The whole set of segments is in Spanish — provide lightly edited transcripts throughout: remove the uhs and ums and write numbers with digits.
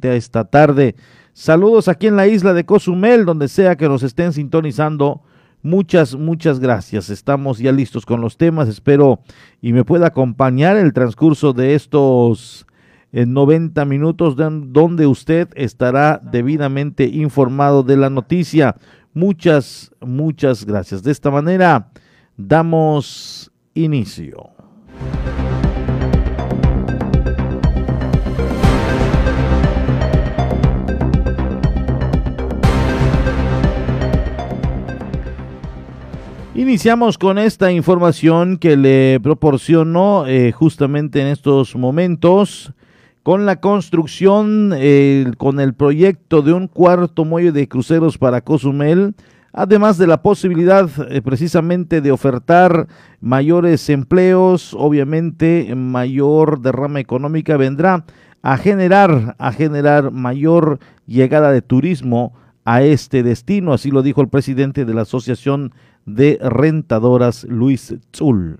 durante esta tarde. Saludos aquí en la isla de Cozumel, donde sea que nos estén sintonizando. Muchas gracias. Estamos ya listos con los temas. Espero y me pueda acompañar el transcurso de estos 90 minutos donde usted estará debidamente informado de la noticia. Muchas gracias. De esta manera damos inicio. Iniciamos con esta información que le proporciono justamente en estos momentos con la construcción, con el proyecto de un cuarto muelle de cruceros para Cozumel, además de la posibilidad precisamente de ofertar mayores empleos, obviamente mayor derrama económica vendrá a generar mayor llegada de turismo a este destino, así lo dijo el presidente de la Asociación de Rentadoras, Luis Tzul.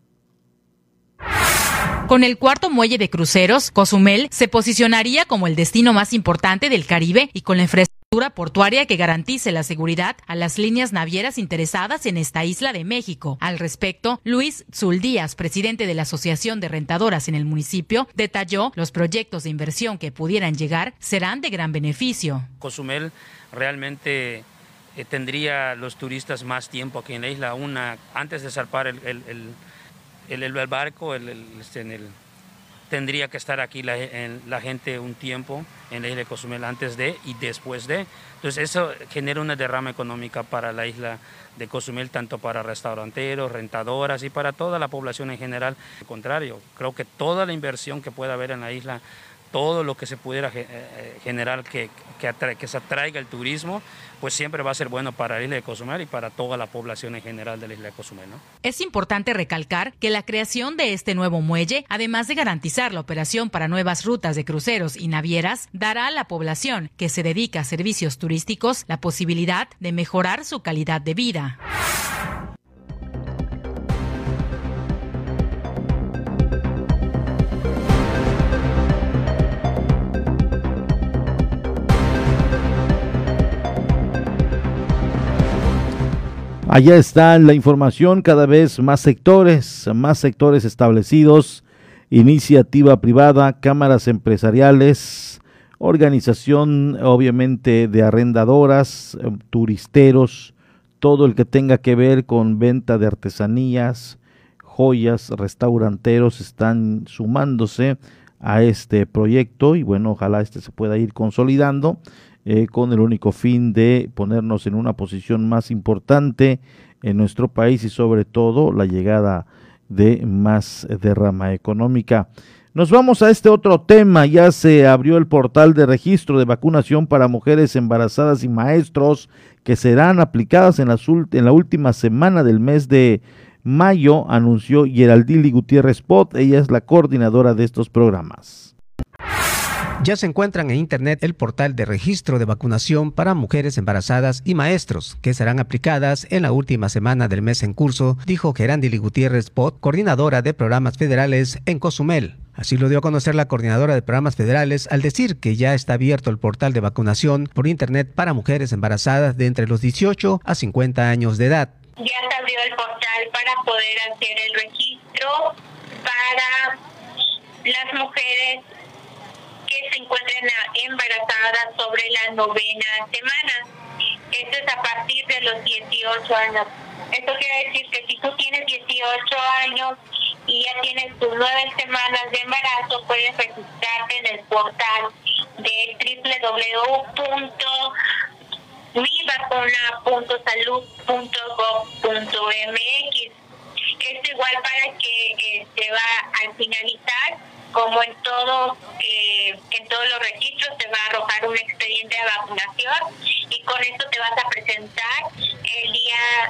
Con el cuarto muelle de cruceros, Cozumel se posicionaría como el destino más importante del Caribe y con la infraestructura portuaria que garantice la seguridad a las líneas navieras interesadas en esta isla de México. Al respecto, Luis Tzul Díaz, presidente de la Asociación de Rentadoras en el municipio, detalló los proyectos de inversión que pudieran llegar serán de gran beneficio. Cozumel realmente tendría los turistas más tiempo aquí en la isla. Antes de zarpar el barco, tendría que estar aquí la gente un tiempo en la isla de Cozumel antes de y después de. Entonces eso genera una derrama económica para la isla de Cozumel, tanto para restauranteros, rentadoras y para toda la población en general. Al contrario, creo que toda la inversión que pueda haber en la isla, todo lo que se pudiera generar que se atraiga el turismo, pues siempre va a ser bueno para la isla de Cozumel y para toda la población en general de la isla de Cozumel, ¿no? Es importante recalcar que la creación de este nuevo muelle, además de garantizar la operación para nuevas rutas de cruceros y navieras, dará a la población que se dedica a servicios turísticos la posibilidad de mejorar su calidad de vida. Allá está la información, cada vez más sectores establecidos, iniciativa privada, cámaras empresariales, organización obviamente de arrendadoras, turisteros, todo el que tenga que ver con venta de artesanías, joyas, restauranteros están sumándose a este proyecto y bueno, ojalá se pueda ir consolidando. Con el único fin de ponernos en una posición más importante en nuestro país y sobre todo la llegada de más derrama económica. Nos vamos a este otro tema. Ya se abrió el portal de registro de vacunación para mujeres embarazadas y maestros que serán aplicadas en la última semana del mes de mayo, anunció Geraldili Gutiérrez Pot. Ella es la coordinadora de estos programas. Ya se encuentran en internet el portal de registro de vacunación para mujeres embarazadas y maestros, que serán aplicadas en la última semana del mes en curso, dijo Geraldili Gutiérrez Pot, coordinadora de programas federales en Cozumel. Así lo dio a conocer la coordinadora de programas federales al decir que ya está abierto el portal de vacunación por internet para mujeres embarazadas de entre los 18 a 50 años de edad. Ya se abrió el portal para poder hacer el registro para las mujeres que se encuentren embarazadas sobre la 9ª semana. Esto es a partir de los 18 años. Esto quiere decir que si tú tienes 18 años y ya tienes tus 9 semanas de embarazo, puedes registrarte en el portal de www.mivacuna.salud.gov.mx. Esto igual para que se va al finalizar, como en todos los registros, te va a arrojar un expediente de vacunación y con esto te vas a presentar el día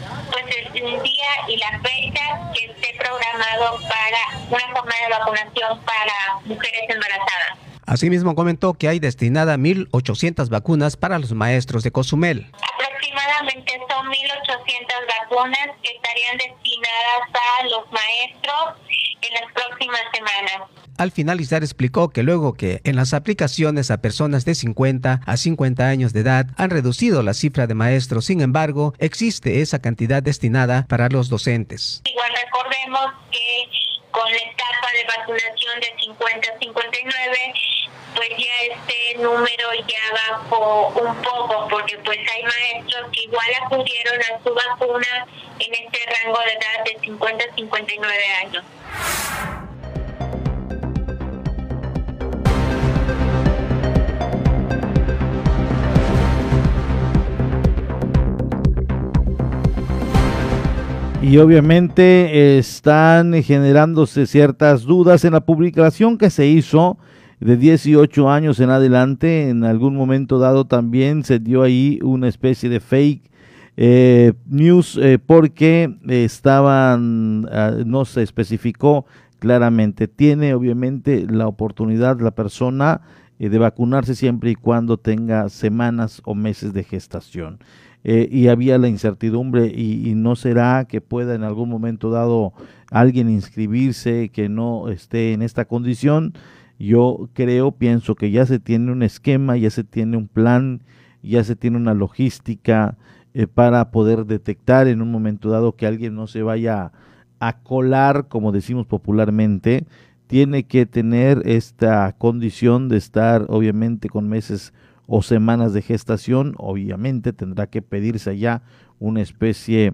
y la fecha que esté programado para una jornada de vacunación para mujeres embarazadas. Asimismo comentó que hay destinada 1.800 vacunas para los maestros de Cozumel. Aproximadamente son 1.800 vacunas que estarían destinadas a los maestros en las próximas semanas. Al finalizar explicó que luego que en las aplicaciones a personas de 50 a 50 años de edad han reducido la cifra de maestros, sin embargo, existe esa cantidad destinada para los docentes. Igual recordemos que con la etapa de vacunación de 50 a 59, pues ya este número ya bajó un poco, porque pues hay maestros que igual acudieron a su vacuna en este rango de edad de 50 a 59 años. Y obviamente están generándose ciertas dudas en la publicación que se hizo de 18 años en adelante. En algún momento dado también se dio ahí una especie de fake news porque no se especificó claramente. Tiene obviamente la oportunidad la persona de vacunarse siempre y cuando tenga semanas o meses de gestación. Y había la incertidumbre y no será que pueda en algún momento dado alguien inscribirse que no esté en esta condición. Yo pienso que ya se tiene un esquema, ya se tiene un plan, ya se tiene una logística para poder detectar en un momento dado que alguien no se vaya a colar, como decimos popularmente. Tiene que tener esta condición de estar obviamente con meses o semanas de gestación. Obviamente tendrá que pedirse allá una especie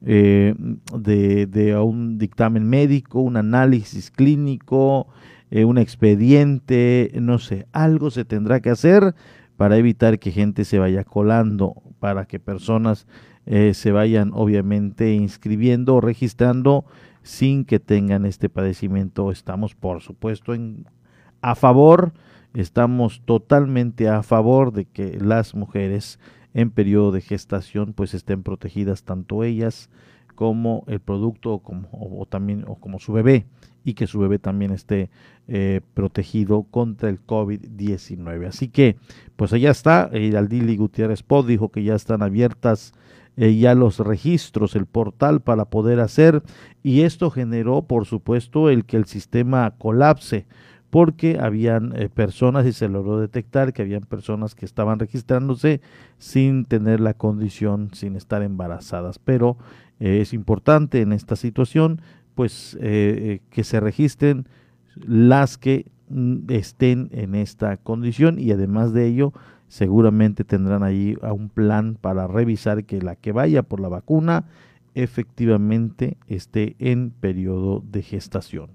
de un dictamen médico, un análisis clínico, un expediente, no sé, algo se tendrá que hacer para evitar que gente se vaya colando, para que personas se vayan obviamente inscribiendo o registrando sin que tengan este padecimiento. Estamos por supuesto a favor. Estamos totalmente a favor de que las mujeres en periodo de gestación pues estén protegidas, tanto ellas como el producto o como su bebé, y que su bebé también esté protegido contra el COVID-19. Así que pues allá está. Iraldili Gutiérrez Pod dijo que ya están abiertas ya los registros, el portal para poder hacer, y esto generó por supuesto el que el sistema colapse, porque habían personas, y se logró detectar que habían personas que estaban registrándose sin tener la condición, sin estar embarazadas. Pero es importante en esta situación pues que se registren las que estén en esta condición, y además de ello seguramente tendrán allí un plan para revisar que la que vaya por la vacuna efectivamente esté en periodo de gestación.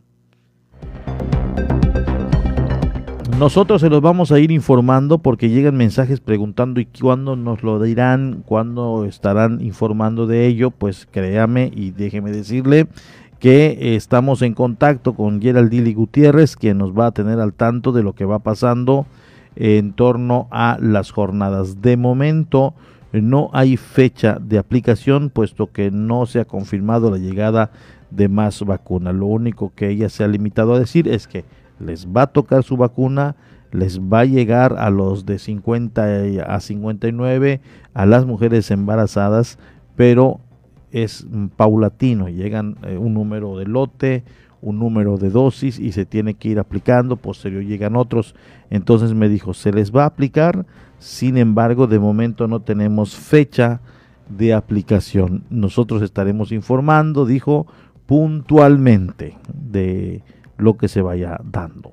Nosotros se los vamos a ir informando porque llegan mensajes preguntando y cuándo nos lo dirán, cuándo estarán informando de ello. Pues créame y déjeme decirle que estamos en contacto con Geraldili Gutiérrez, quien nos va a tener al tanto de lo que va pasando en torno a las jornadas. De momento no hay fecha de aplicación, puesto que no se ha confirmado la llegada de más vacunas. Lo único que ella se ha limitado a decir es que les va a tocar su vacuna, les va a llegar a los de 50 a 59, a las mujeres embarazadas, pero es paulatino. Llegan un número de lote, un número de dosis y se tiene que ir aplicando. Posterior llegan otros. Entonces me dijo, se les va a aplicar, sin embargo de momento no tenemos fecha de aplicación. Nosotros estaremos informando, dijo, puntualmente de lo que se vaya dando.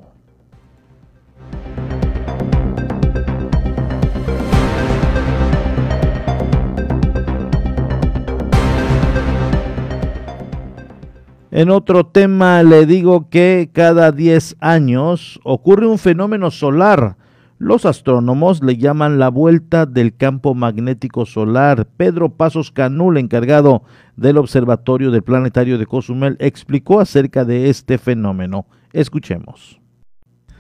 En otro tema le digo que cada 10 años ocurre un fenómeno solar. Los astrónomos le llaman la vuelta del campo magnético solar. Pedro Pasos Canul, encargado del Observatorio del Planetario de Cozumel, explicó acerca de este fenómeno. Escuchemos.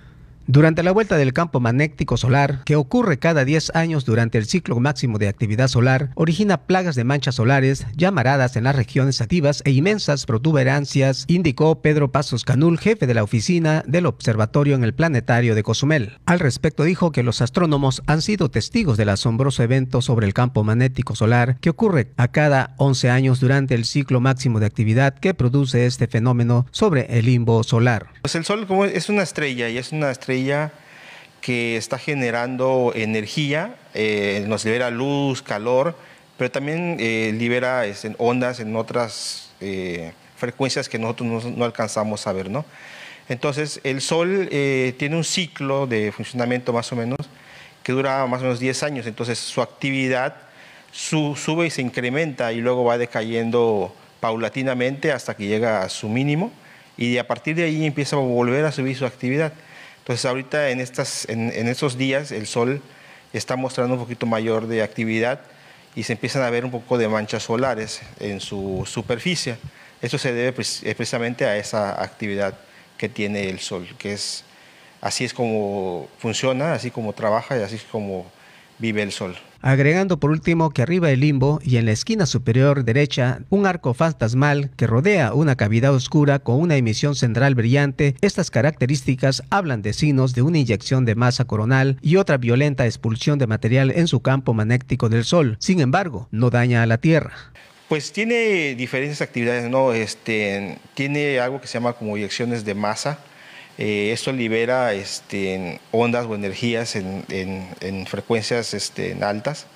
Durante la vuelta del campo magnético solar, que ocurre cada 10 años durante el ciclo máximo de actividad solar, origina plagas de manchas solares, llamaradas en las regiones activas e inmensas protuberancias, indicó Pedro Pasos Canul, jefe de la oficina del observatorio en el planetario de Cozumel. Al respecto dijo que los astrónomos han sido testigos del asombroso evento sobre el campo magnético solar que ocurre a cada 11 años durante el ciclo máximo de actividad que produce este fenómeno sobre el limbo solar. Pues el Sol como es una estrella y es una estrella que está generando energía, nos libera luz, calor, pero también libera ondas en otras frecuencias que nosotros no alcanzamos a ver, ¿no? Entonces el Sol tiene un ciclo de funcionamiento más o menos que dura más o menos 10 años, entonces su actividad sube y se incrementa y luego va decayendo paulatinamente hasta que llega a su mínimo y a partir de ahí empieza a volver a subir su actividad. Entonces ahorita en estos días el Sol está mostrando un poquito mayor de actividad y se empiezan a ver un poco de manchas solares en su superficie. Esto se debe precisamente a esa actividad que tiene el Sol, así es como funciona, así como trabaja y así es como vive el Sol. Agregando por último que arriba del limbo y en la esquina superior derecha, un arco fantasmal que rodea una cavidad oscura con una emisión central brillante. Estas características hablan de signos de una inyección de masa coronal y otra violenta expulsión de material en su campo magnético del Sol. Sin embargo, no daña a la Tierra. Pues tiene diferentes actividades, ¿no? Tiene algo que se llama como inyecciones de masa. Esto libera ondas o energías en frecuencias altas.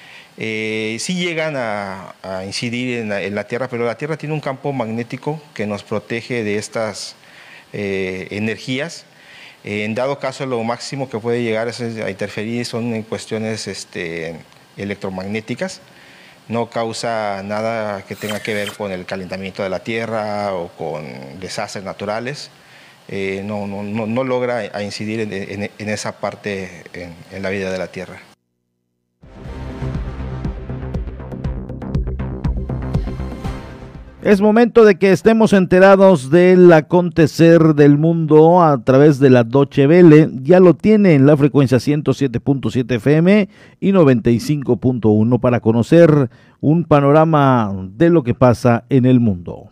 Sí llegan a incidir en la Tierra, pero la Tierra tiene un campo magnético que nos protege de estas energías. En dado caso, lo máximo que puede llegar a interferir son en cuestiones electromagnéticas. No causa nada que tenga que ver con el calentamiento de la Tierra o con desastres naturales. No logra incidir en esa parte en la vida de la Tierra. Es momento de que estemos enterados del acontecer del mundo a través de la Deutsche Welle. Ya lo tiene en la frecuencia 107.7 FM y 95.1 para conocer un panorama de lo que pasa en el mundo.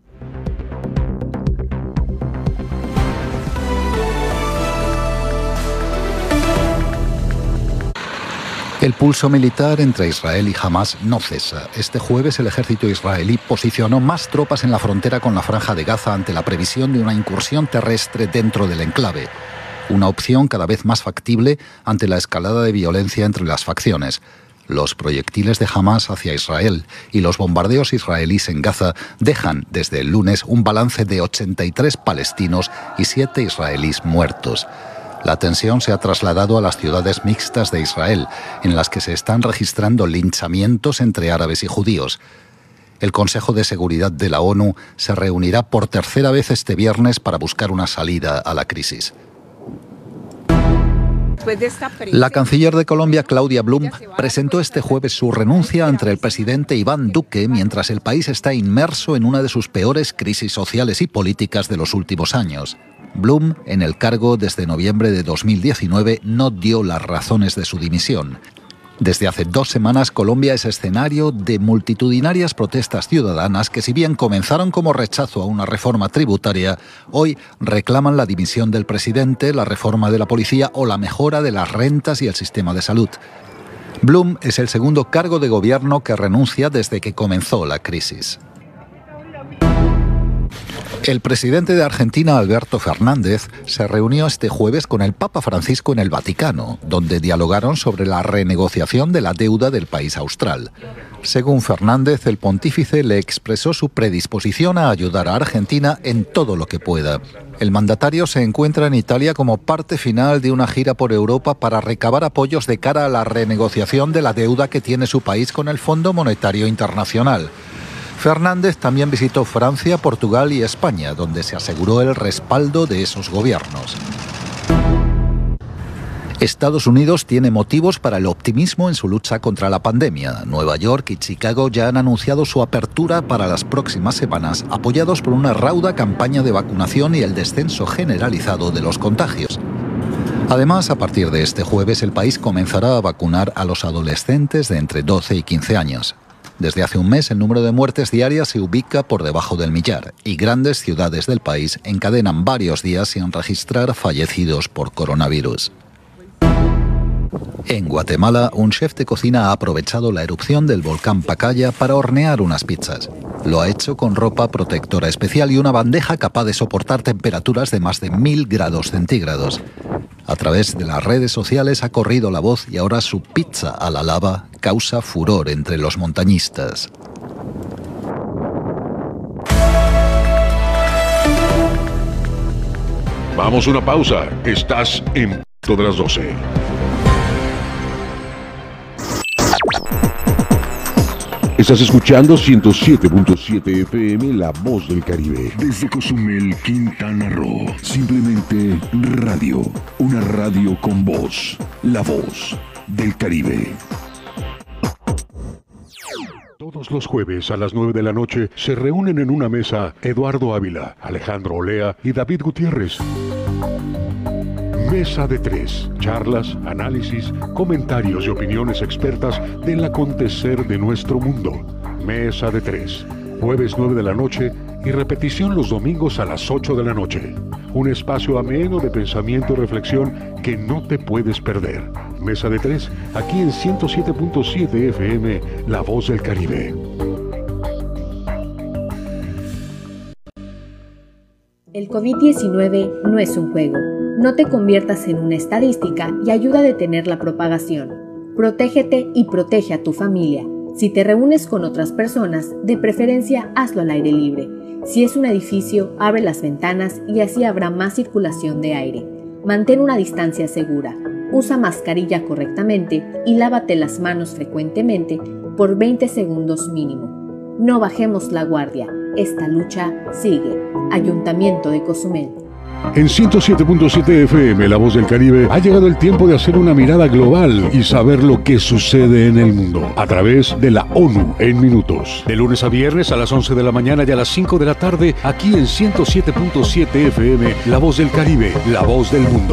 El pulso militar entre Israel y Hamás no cesa. Este jueves el ejército israelí posicionó más tropas en la frontera con la Franja de Gaza ante la previsión de una incursión terrestre dentro del enclave. Una opción cada vez más factible ante la escalada de violencia entre las facciones. Los proyectiles de Hamás hacia Israel y los bombardeos israelíes en Gaza dejan desde el lunes un balance de 83 palestinos y 7 israelíes muertos. La tensión se ha trasladado a las ciudades mixtas de Israel, en las que se están registrando linchamientos entre árabes y judíos. El Consejo de Seguridad de la ONU se reunirá por tercera vez este viernes para buscar una salida a la crisis. La canciller de Colombia, Claudia Blum, presentó este jueves su renuncia ante el presidente Iván Duque mientras el país está inmerso en una de sus peores crisis sociales y políticas de los últimos años. Blum, en el cargo desde noviembre de 2019, no dio las razones de su dimisión. Desde hace 2 semanas, Colombia es escenario de multitudinarias protestas ciudadanas que, si bien comenzaron como rechazo a una reforma tributaria, hoy reclaman la dimisión del presidente, la reforma de la policía o la mejora de las rentas y el sistema de salud. Blum es el segundo cargo de gobierno que renuncia desde que comenzó la crisis. El presidente de Argentina, Alberto Fernández, se reunió este jueves con el Papa Francisco en el Vaticano, donde dialogaron sobre la renegociación de la deuda del país austral. Según Fernández, el pontífice le expresó su predisposición a ayudar a Argentina en todo lo que pueda. El mandatario se encuentra en Italia como parte final de una gira por Europa para recabar apoyos de cara a la renegociación de la deuda que tiene su país con el Fondo Monetario Internacional. Fernández también visitó Francia, Portugal y España, donde se aseguró el respaldo de esos gobiernos. Estados Unidos tiene motivos para el optimismo en su lucha contra la pandemia. Nueva York y Chicago ya han anunciado su apertura para las próximas semanas, apoyados por una rauda campaña de vacunación y el descenso generalizado de los contagios. Además, a partir de este jueves, el país comenzará a vacunar a los adolescentes de entre 12 y 15 años. Desde hace un mes, el número de muertes diarias se ubica por debajo del millar y grandes ciudades del país encadenan varios días sin registrar fallecidos por coronavirus. En Guatemala, un chef de cocina ha aprovechado la erupción del volcán Pacaya para hornear unas pizzas. Lo ha hecho con ropa protectora especial y una bandeja capaz de soportar temperaturas de más de 1000 grados centígrados. A través de las redes sociales ha corrido la voz y ahora su pizza a la lava causa furor entre los montañistas. Vamos a una pausa. Estás en Punto de las 12. Estás escuchando 107.7 FM, La Voz del Caribe. Desde Cozumel, Quintana Roo. Simplemente radio. Una radio con voz. La Voz del Caribe. Todos los jueves a las 9 de la noche se reúnen en una mesa Eduardo Ávila, Alejandro Olea y David Gutiérrez. Mesa de tres, charlas, análisis, comentarios y opiniones expertas del acontecer de nuestro mundo. Mesa de tres, jueves 9 de la noche y repetición los domingos a las 8 de la noche. Un espacio ameno de pensamiento y reflexión que no te puedes perder. Mesa de tres, aquí en 107.7 FM, La Voz del Caribe. El COVID-19 no es un juego. No te conviertas en una estadística y ayuda a detener la propagación. Protégete y protege a tu familia. Si te reúnes con otras personas, de preferencia hazlo al aire libre. Si es un edificio, abre las ventanas y así habrá más circulación de aire. Mantén una distancia segura. Usa mascarilla correctamente y lávate las manos frecuentemente por 20 segundos mínimo. No bajemos la guardia. Esta lucha sigue. Ayuntamiento de Cozumel. En 107.7 FM, La Voz del Caribe, ha llegado el tiempo de hacer una mirada global y saber lo que sucede en el mundo a través de la ONU en minutos. De lunes a viernes a las 11 de la mañana y a las 5 de la tarde, aquí en 107.7 FM, La Voz del Caribe, la voz del mundo.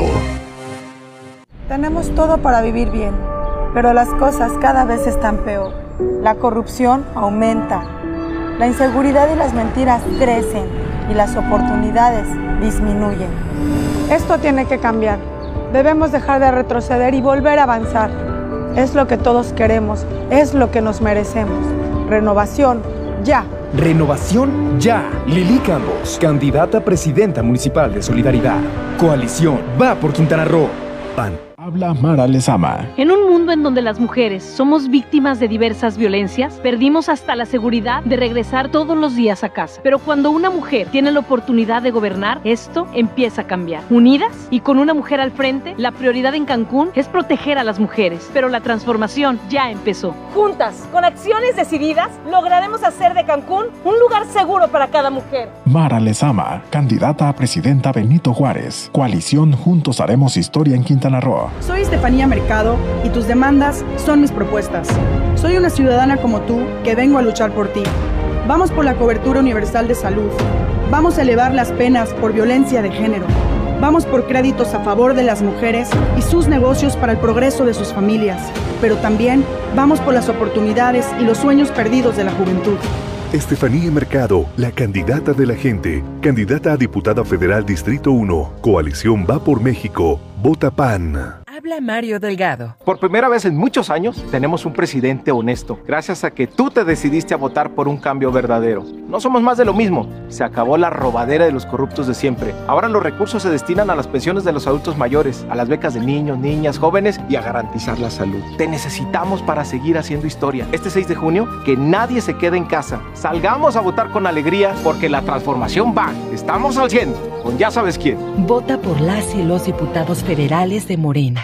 Tenemos todo para vivir bien, pero las cosas cada vez están peor. La corrupción aumenta, la inseguridad y las mentiras crecen y las oportunidades disminuyen. Esto tiene que cambiar. Debemos dejar de retroceder y volver a avanzar. Es lo que todos queremos, es lo que nos merecemos. Renovación, ya. Renovación, ya. Lili Campos, candidata a presidenta municipal de Solidaridad. Coalición, va por Quintana Roo. PAN. Habla Mara Lezama. En un mundo en donde las mujeres somos víctimas de diversas violencias, perdimos hasta la seguridad de regresar todos los días a casa. Pero cuando una mujer tiene la oportunidad de gobernar, esto empieza a cambiar. Unidas y con una mujer al frente, la prioridad en Cancún es proteger a las mujeres. Pero la transformación ya empezó. Juntas, con acciones decididas, lograremos hacer de Cancún un lugar seguro para cada mujer. Mara Lezama, candidata a presidenta Benito Juárez. Coalición Juntos Haremos Historia en Quintana Roo. Soy Estefanía Mercado y tus demandas son mis propuestas. Soy una ciudadana como tú que vengo a luchar por ti. Vamos por la cobertura universal de salud. Vamos a elevar las penas por violencia de género. Vamos por créditos a favor de las mujeres y sus negocios para el progreso de sus familias. Pero también vamos por las oportunidades y los sueños perdidos de la juventud. Estefanía Mercado, la candidata de la gente, candidata a diputada federal Distrito 1, Coalición Va por México, vota PAN. Habla Mario Delgado. Por primera vez en muchos años tenemos un presidente honesto, gracias a que tú te decidiste a votar por un cambio verdadero. No somos más de lo mismo. Se acabó la robadera de los corruptos de siempre. Ahora los recursos se destinan a las pensiones de los adultos mayores, a las becas de niños, niñas, jóvenes y a garantizar la salud. Te necesitamos para seguir haciendo historia. Este 6 de junio, que nadie se quede en casa. Salgamos a votar con alegría porque la transformación va. Estamos al 100, con ya sabes quién. Vota por las y los diputados federales de Morena.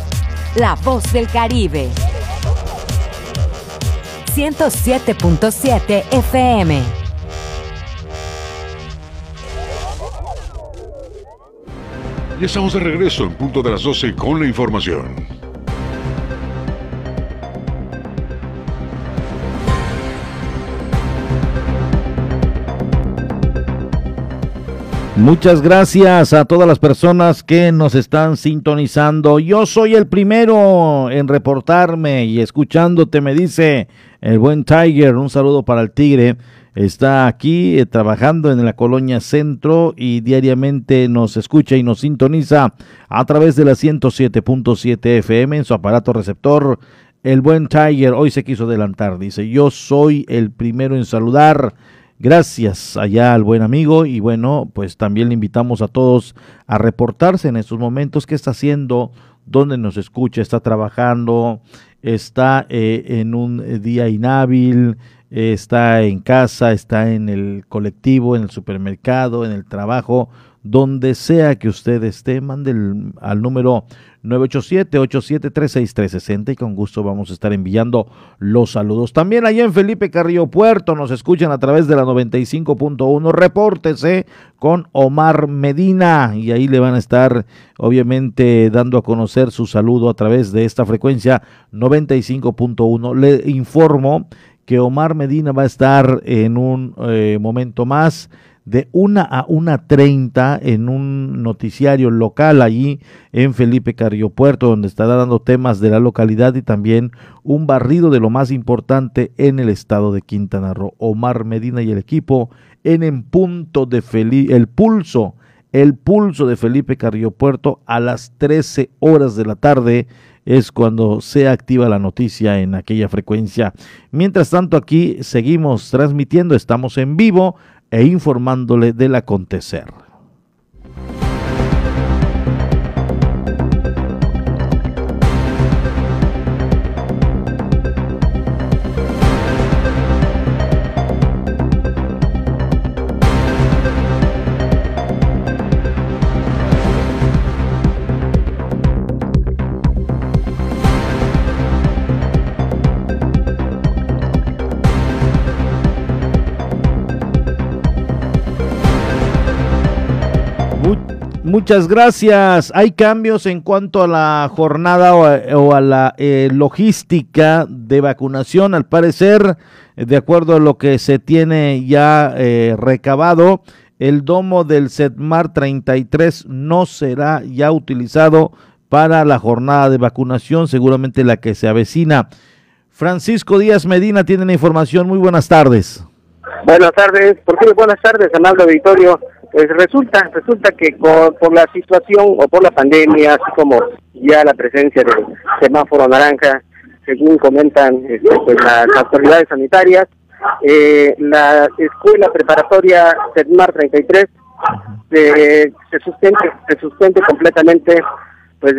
La Voz del Caribe. 107.7 FM. Y estamos de regreso en punto de las 12 con la información. Muchas gracias a todas las personas que nos están sintonizando. Yo soy el primero en reportarme y escuchándote, me dice el buen Tiger. Un saludo para el Tigre. Está aquí trabajando en la Colonia Centro y diariamente nos escucha y nos sintoniza a través de la 107.7 FM en su aparato receptor. El buen Tiger hoy se quiso adelantar, dice, yo soy el primero en saludar. Gracias allá al buen amigo y bueno, pues también le invitamos a todos a reportarse en estos momentos, qué está haciendo, dónde nos escucha, está trabajando, está en un día inhábil, está en casa, está en el colectivo, en el supermercado, en el trabajo, donde sea que usted esté, mande al número 987-873-6360 y con gusto vamos a estar enviando los saludos. También allá en Felipe Carrillo Puerto nos escuchan a través de la 95.1. Repórtese con Omar Medina y ahí le van a estar obviamente dando a conocer su saludo a través de esta frecuencia 95.1. Le informo que Omar Medina va a estar en un momento más de 1 a 1:30 en un noticiario local allí en Felipe Carrillo Puerto, donde estará dando temas de la localidad y también un barrido de lo más importante en el estado de Quintana Roo. Omar Medina y el equipo en punto de el pulso de Felipe Carrillo Puerto a las 13 horas de la tarde es cuando se activa la noticia en aquella frecuencia. Mientras tanto, aquí seguimos transmitiendo, estamos en vivo e informándole del acontecer. Muchas gracias. Hay cambios en cuanto a la jornada o a la logística de vacunación. Al parecer, de acuerdo a lo que se tiene ya recabado, el domo del CEDMAR 33 no será ya utilizado para la jornada de vacunación, seguramente la que se avecina. Francisco Díaz Medina tiene la información. Muy buenas tardes. Buenas tardes. ¿Por qué buenas tardes, amable auditorio? Pues resulta que por la situación o por la pandemia, así como ya la presencia del semáforo naranja, según comentan pues las autoridades sanitarias, la escuela preparatoria CEDMAR 33 se suspende completamente pues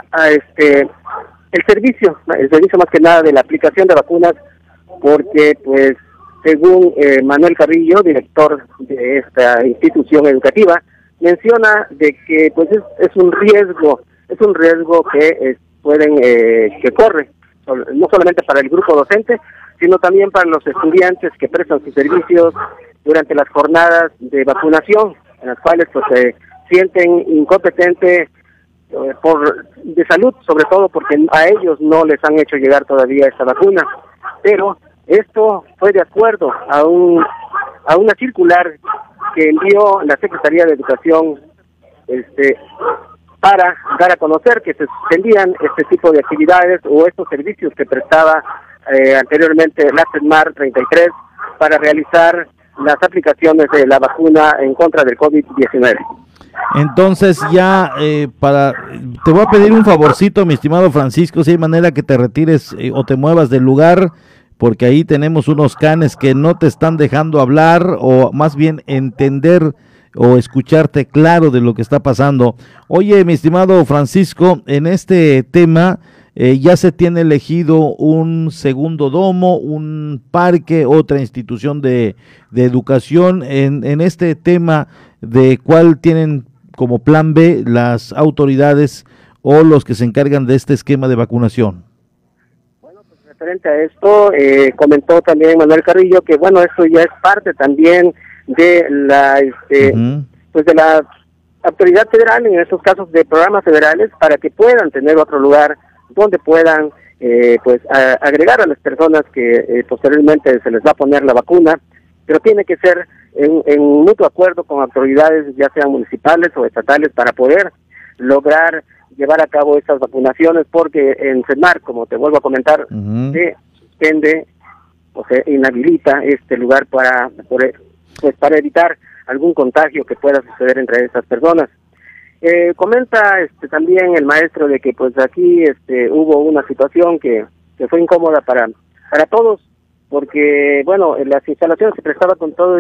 el servicio más que nada de la aplicación de vacunas, porque pues según Manuel Carrillo, director de esta institución educativa, menciona de que pues es un riesgo que que corre, no solamente para el grupo docente, sino también para los estudiantes que prestan sus servicios durante las jornadas de vacunación, en las cuales pues se sienten incompetentes de salud, sobre todo porque a ellos no les han hecho llegar todavía esta vacuna, pero esto fue de acuerdo a una circular que envió la Secretaría de Educación para dar a conocer que se suspendían este tipo de actividades o estos servicios que prestaba anteriormente la CEDMAR 33 para realizar las aplicaciones de la vacuna en contra del COVID-19. Entonces ya te voy a pedir un favorcito, mi estimado Francisco, si hay manera que te retires o te muevas del lugar, porque ahí tenemos unos canes que no te están dejando hablar o más bien entender o escucharte claro de lo que está pasando. Oye, mi estimado Francisco, en este tema ya se tiene elegido un segundo domo, un parque, otra institución de educación en este tema de cuál tienen como plan B las autoridades o los que se encargan de este esquema de vacunación. Referente a esto, comentó también Manuel Carrillo que bueno, esto ya es parte también de la pues de la autoridad federal, en estos casos de programas federales, para que puedan tener otro lugar donde puedan agregar a las personas que posteriormente se les va a poner la vacuna, pero tiene que ser en mutuo acuerdo con autoridades, ya sean municipales o estatales, para poder lograr llevar a cabo estas vacunaciones, porque en Sedmar, como te vuelvo a comentar, se suspende o se inhabilita este lugar para evitar algún contagio que pueda suceder entre estas personas. Comenta también el maestro de que pues aquí hubo una situación que fue incómoda para todos, porque bueno, las instalaciones se prestaban con todo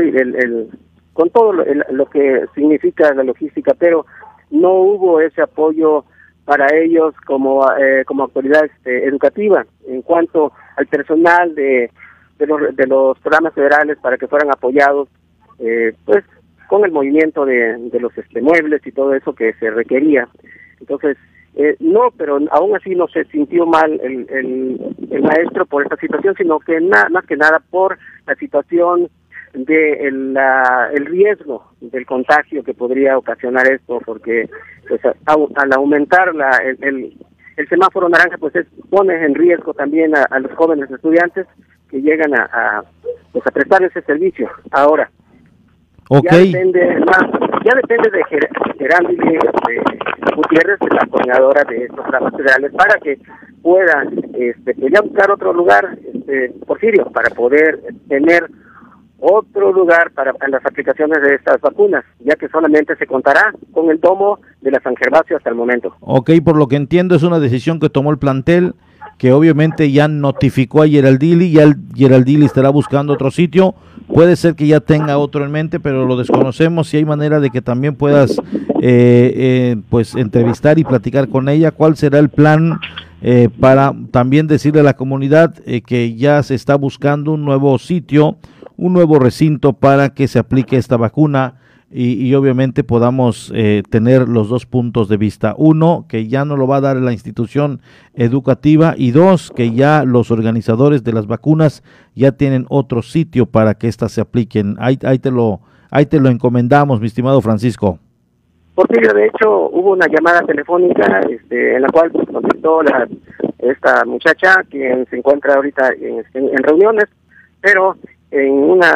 lo que significa la logística, pero no hubo ese apoyo para ellos como autoridad educativa en cuanto al personal de los programas federales para que fueran apoyados pues con el movimiento de los muebles y todo eso que se requería. Entonces no, pero aún así no se sintió mal el maestro por esta situación, sino que más que nada por la situación de el riesgo del contagio que podría ocasionar esto, porque pues al aumentar el semáforo naranja, pues pone en riesgo también a los jóvenes estudiantes que llegan a prestar ese servicio. Ahora, ya depende de Gerandili Gutiérrez, la coordinadora de estos programas federales, para que pueda ya buscar otro lugar, Porfirio, para poder tener otro lugar para las aplicaciones de estas vacunas, ya que solamente se contará con el domo de la San Gervasio hasta el momento. Ok, por lo que entiendo es una decisión que tomó el plantel, que obviamente ya notificó a Geraldili, ya el Geraldili estará buscando otro sitio. Puede ser que ya tenga otro en mente, pero lo desconocemos. Si hay manera de que también puedas pues entrevistar y platicar con ella, ¿cuál será el plan para también decirle a la comunidad que ya se está buscando un nuevo sitio, un nuevo recinto para que se aplique esta vacuna y obviamente podamos tener los dos puntos de vista? Uno, que ya no lo va a dar la institución educativa, y dos, que ya los organizadores de las vacunas ya tienen otro sitio para que éstas se apliquen. Ahí te lo encomendamos, mi estimado Francisco. Porfirio, de hecho, hubo una llamada telefónica en la cual pues, contestó esta muchacha, quien se encuentra ahorita en reuniones, pero en una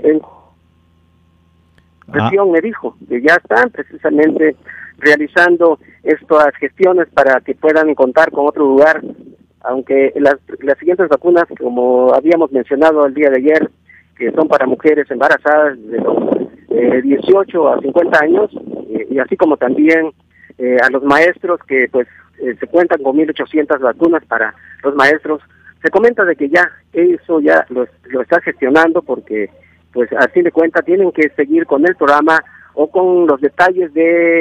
me dijo que ya están precisamente realizando estas gestiones para que puedan contar con otro lugar, aunque las siguientes vacunas, como habíamos mencionado el día de ayer, que son para mujeres embarazadas de los 18 a 50 años, y así como también a los maestros, que pues se cuentan con 1.800 vacunas para los maestros. Se comenta de que ya eso ya lo está gestionando, porque pues a fin de cuentas tienen que seguir con el programa o con los detalles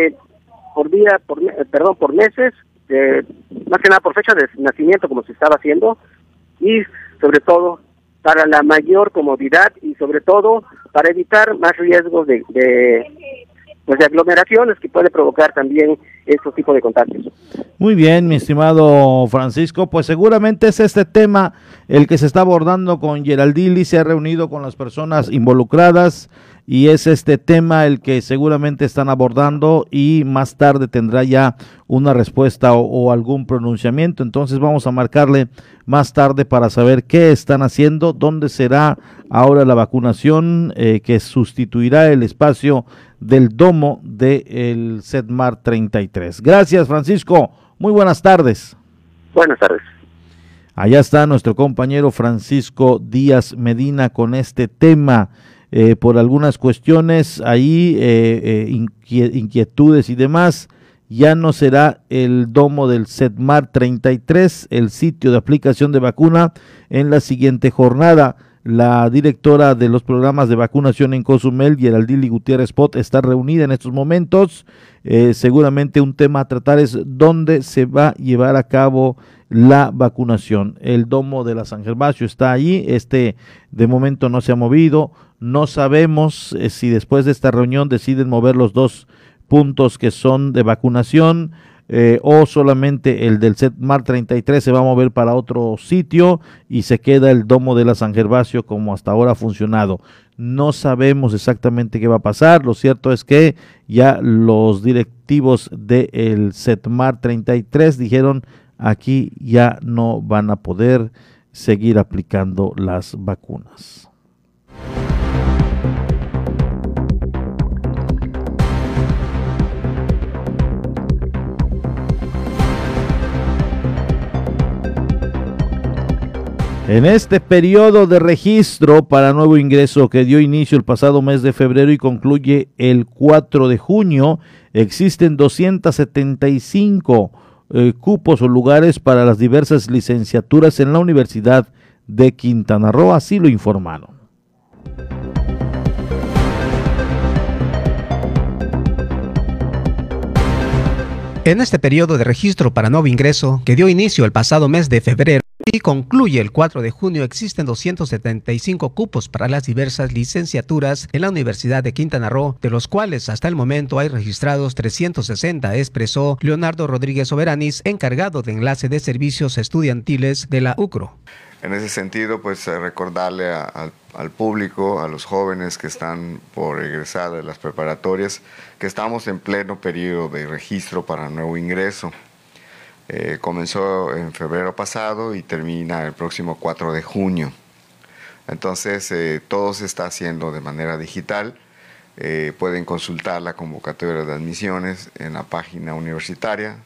por meses, más que nada por fecha de nacimiento, como se estaba haciendo, y sobre todo para la mayor comodidad y sobre todo para evitar más riesgos de aglomeraciones que puede provocar también estos tipos de contagios. Muy bien, mi estimado Francisco, pues seguramente es este tema el que se está abordando con Geraldili, se ha reunido con las personas involucradas y es este tema el que seguramente están abordando y más tarde tendrá ya una respuesta o algún pronunciamiento. Entonces vamos a marcarle más tarde para saber qué están haciendo, dónde será ahora la vacunación que sustituirá el espacio del domo del Sedmar 33. Gracias, Francisco. Muy buenas tardes. Buenas tardes. Allá está nuestro compañero Francisco Díaz Medina con este tema. Por algunas cuestiones ahí, inquietudes y demás, ya no será el domo del Sedmar 33 el sitio de aplicación de vacuna en la siguiente jornada. La directora de los programas de vacunación en Cozumel, Geraldili Gutiérrez Pot, está reunida en estos momentos. Seguramente un tema a tratar es dónde se va a llevar a cabo la vacunación. El domo de la San Gervasio está allí, de momento no se ha movido. No sabemos si después de esta reunión deciden mover los dos puntos que son de vacunación o solamente el del Sedmar 33 se va a mover para otro sitio y se queda el domo de la San Gervasio como hasta ahora ha funcionado. No sabemos exactamente qué va a pasar. Lo cierto es que ya los directivos del Sedmar 33 dijeron aquí ya no van a poder seguir aplicando las vacunas. En este periodo de registro para nuevo ingreso que dio inicio el pasado mes de febrero y concluye el 4 de junio, existen 275 cupos o lugares para las diversas licenciaturas en la Universidad de Quintana Roo, así lo informaron. En este periodo de registro para nuevo ingreso, que dio inicio el pasado mes de febrero y concluye el 4 de junio, existen 275 cupos para las diversas licenciaturas en la Universidad de Quintana Roo, de los cuales hasta el momento hay registrados 360, expresó Leonardo Rodríguez Soberanis, encargado de enlace de servicios estudiantiles de la UCRO. En ese sentido, pues recordarle al público, a los jóvenes que están por egresar de las preparatorias, que estamos en pleno periodo de registro para nuevo ingreso. Comenzó en febrero pasado y termina el próximo 4 de junio. Entonces, todo se está haciendo de manera digital. Pueden consultar la convocatoria de admisiones en la página universitaria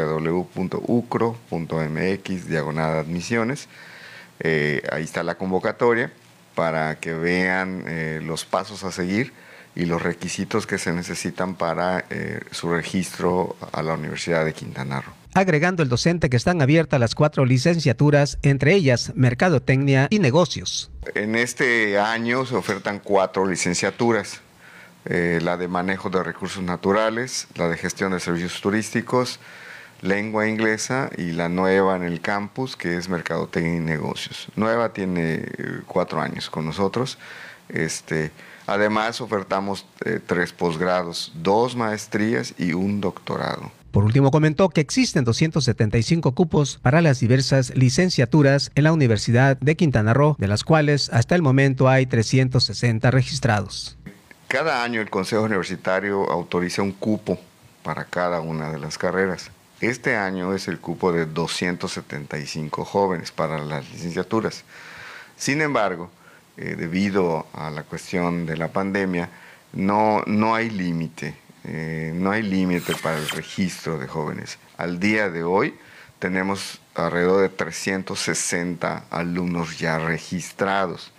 www.ucro.mx/admisiones. Ahí está la convocatoria para que vean los pasos a seguir y los requisitos que se necesitan para su registro a la Universidad de Quintana Roo. Agregando el docente que están abiertas las 4 licenciaturas, entre ellas Mercadotecnia y Negocios. En este año se ofertan 4 licenciaturas, la de Manejo de Recursos Naturales, la de Gestión de Servicios Turísticos, Lengua Inglesa y la nueva en el campus, que es Mercadotecnia y Negocios. Nueva tiene 4 años con nosotros. Además ofertamos 3 posgrados, 2 maestrías y un doctorado. Por último, comentó que existen 275 cupos para las diversas licenciaturas en la Universidad de Quintana Roo, de las cuales hasta el momento hay 360 registrados. Cada año el Consejo Universitario autoriza un cupo para cada una de las carreras. Este año es el cupo de 275 jóvenes para las licenciaturas. Sin embargo, debido a la cuestión de la pandemia, no hay límite. No hay límite para el registro de jóvenes. Al día de hoy tenemos alrededor de 360 alumnos ya registrados.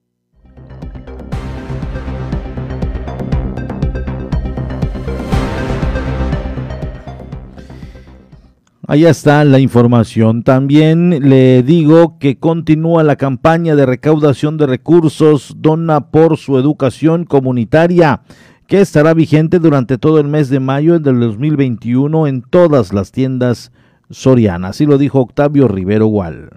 Allá está la información. También le digo que continúa la campaña de recaudación de recursos Dona por su educación comunitaria, que estará vigente durante todo el mes de mayo del 2021 en todas las tiendas sorianas. Así lo dijo Octavio Rivero Gual.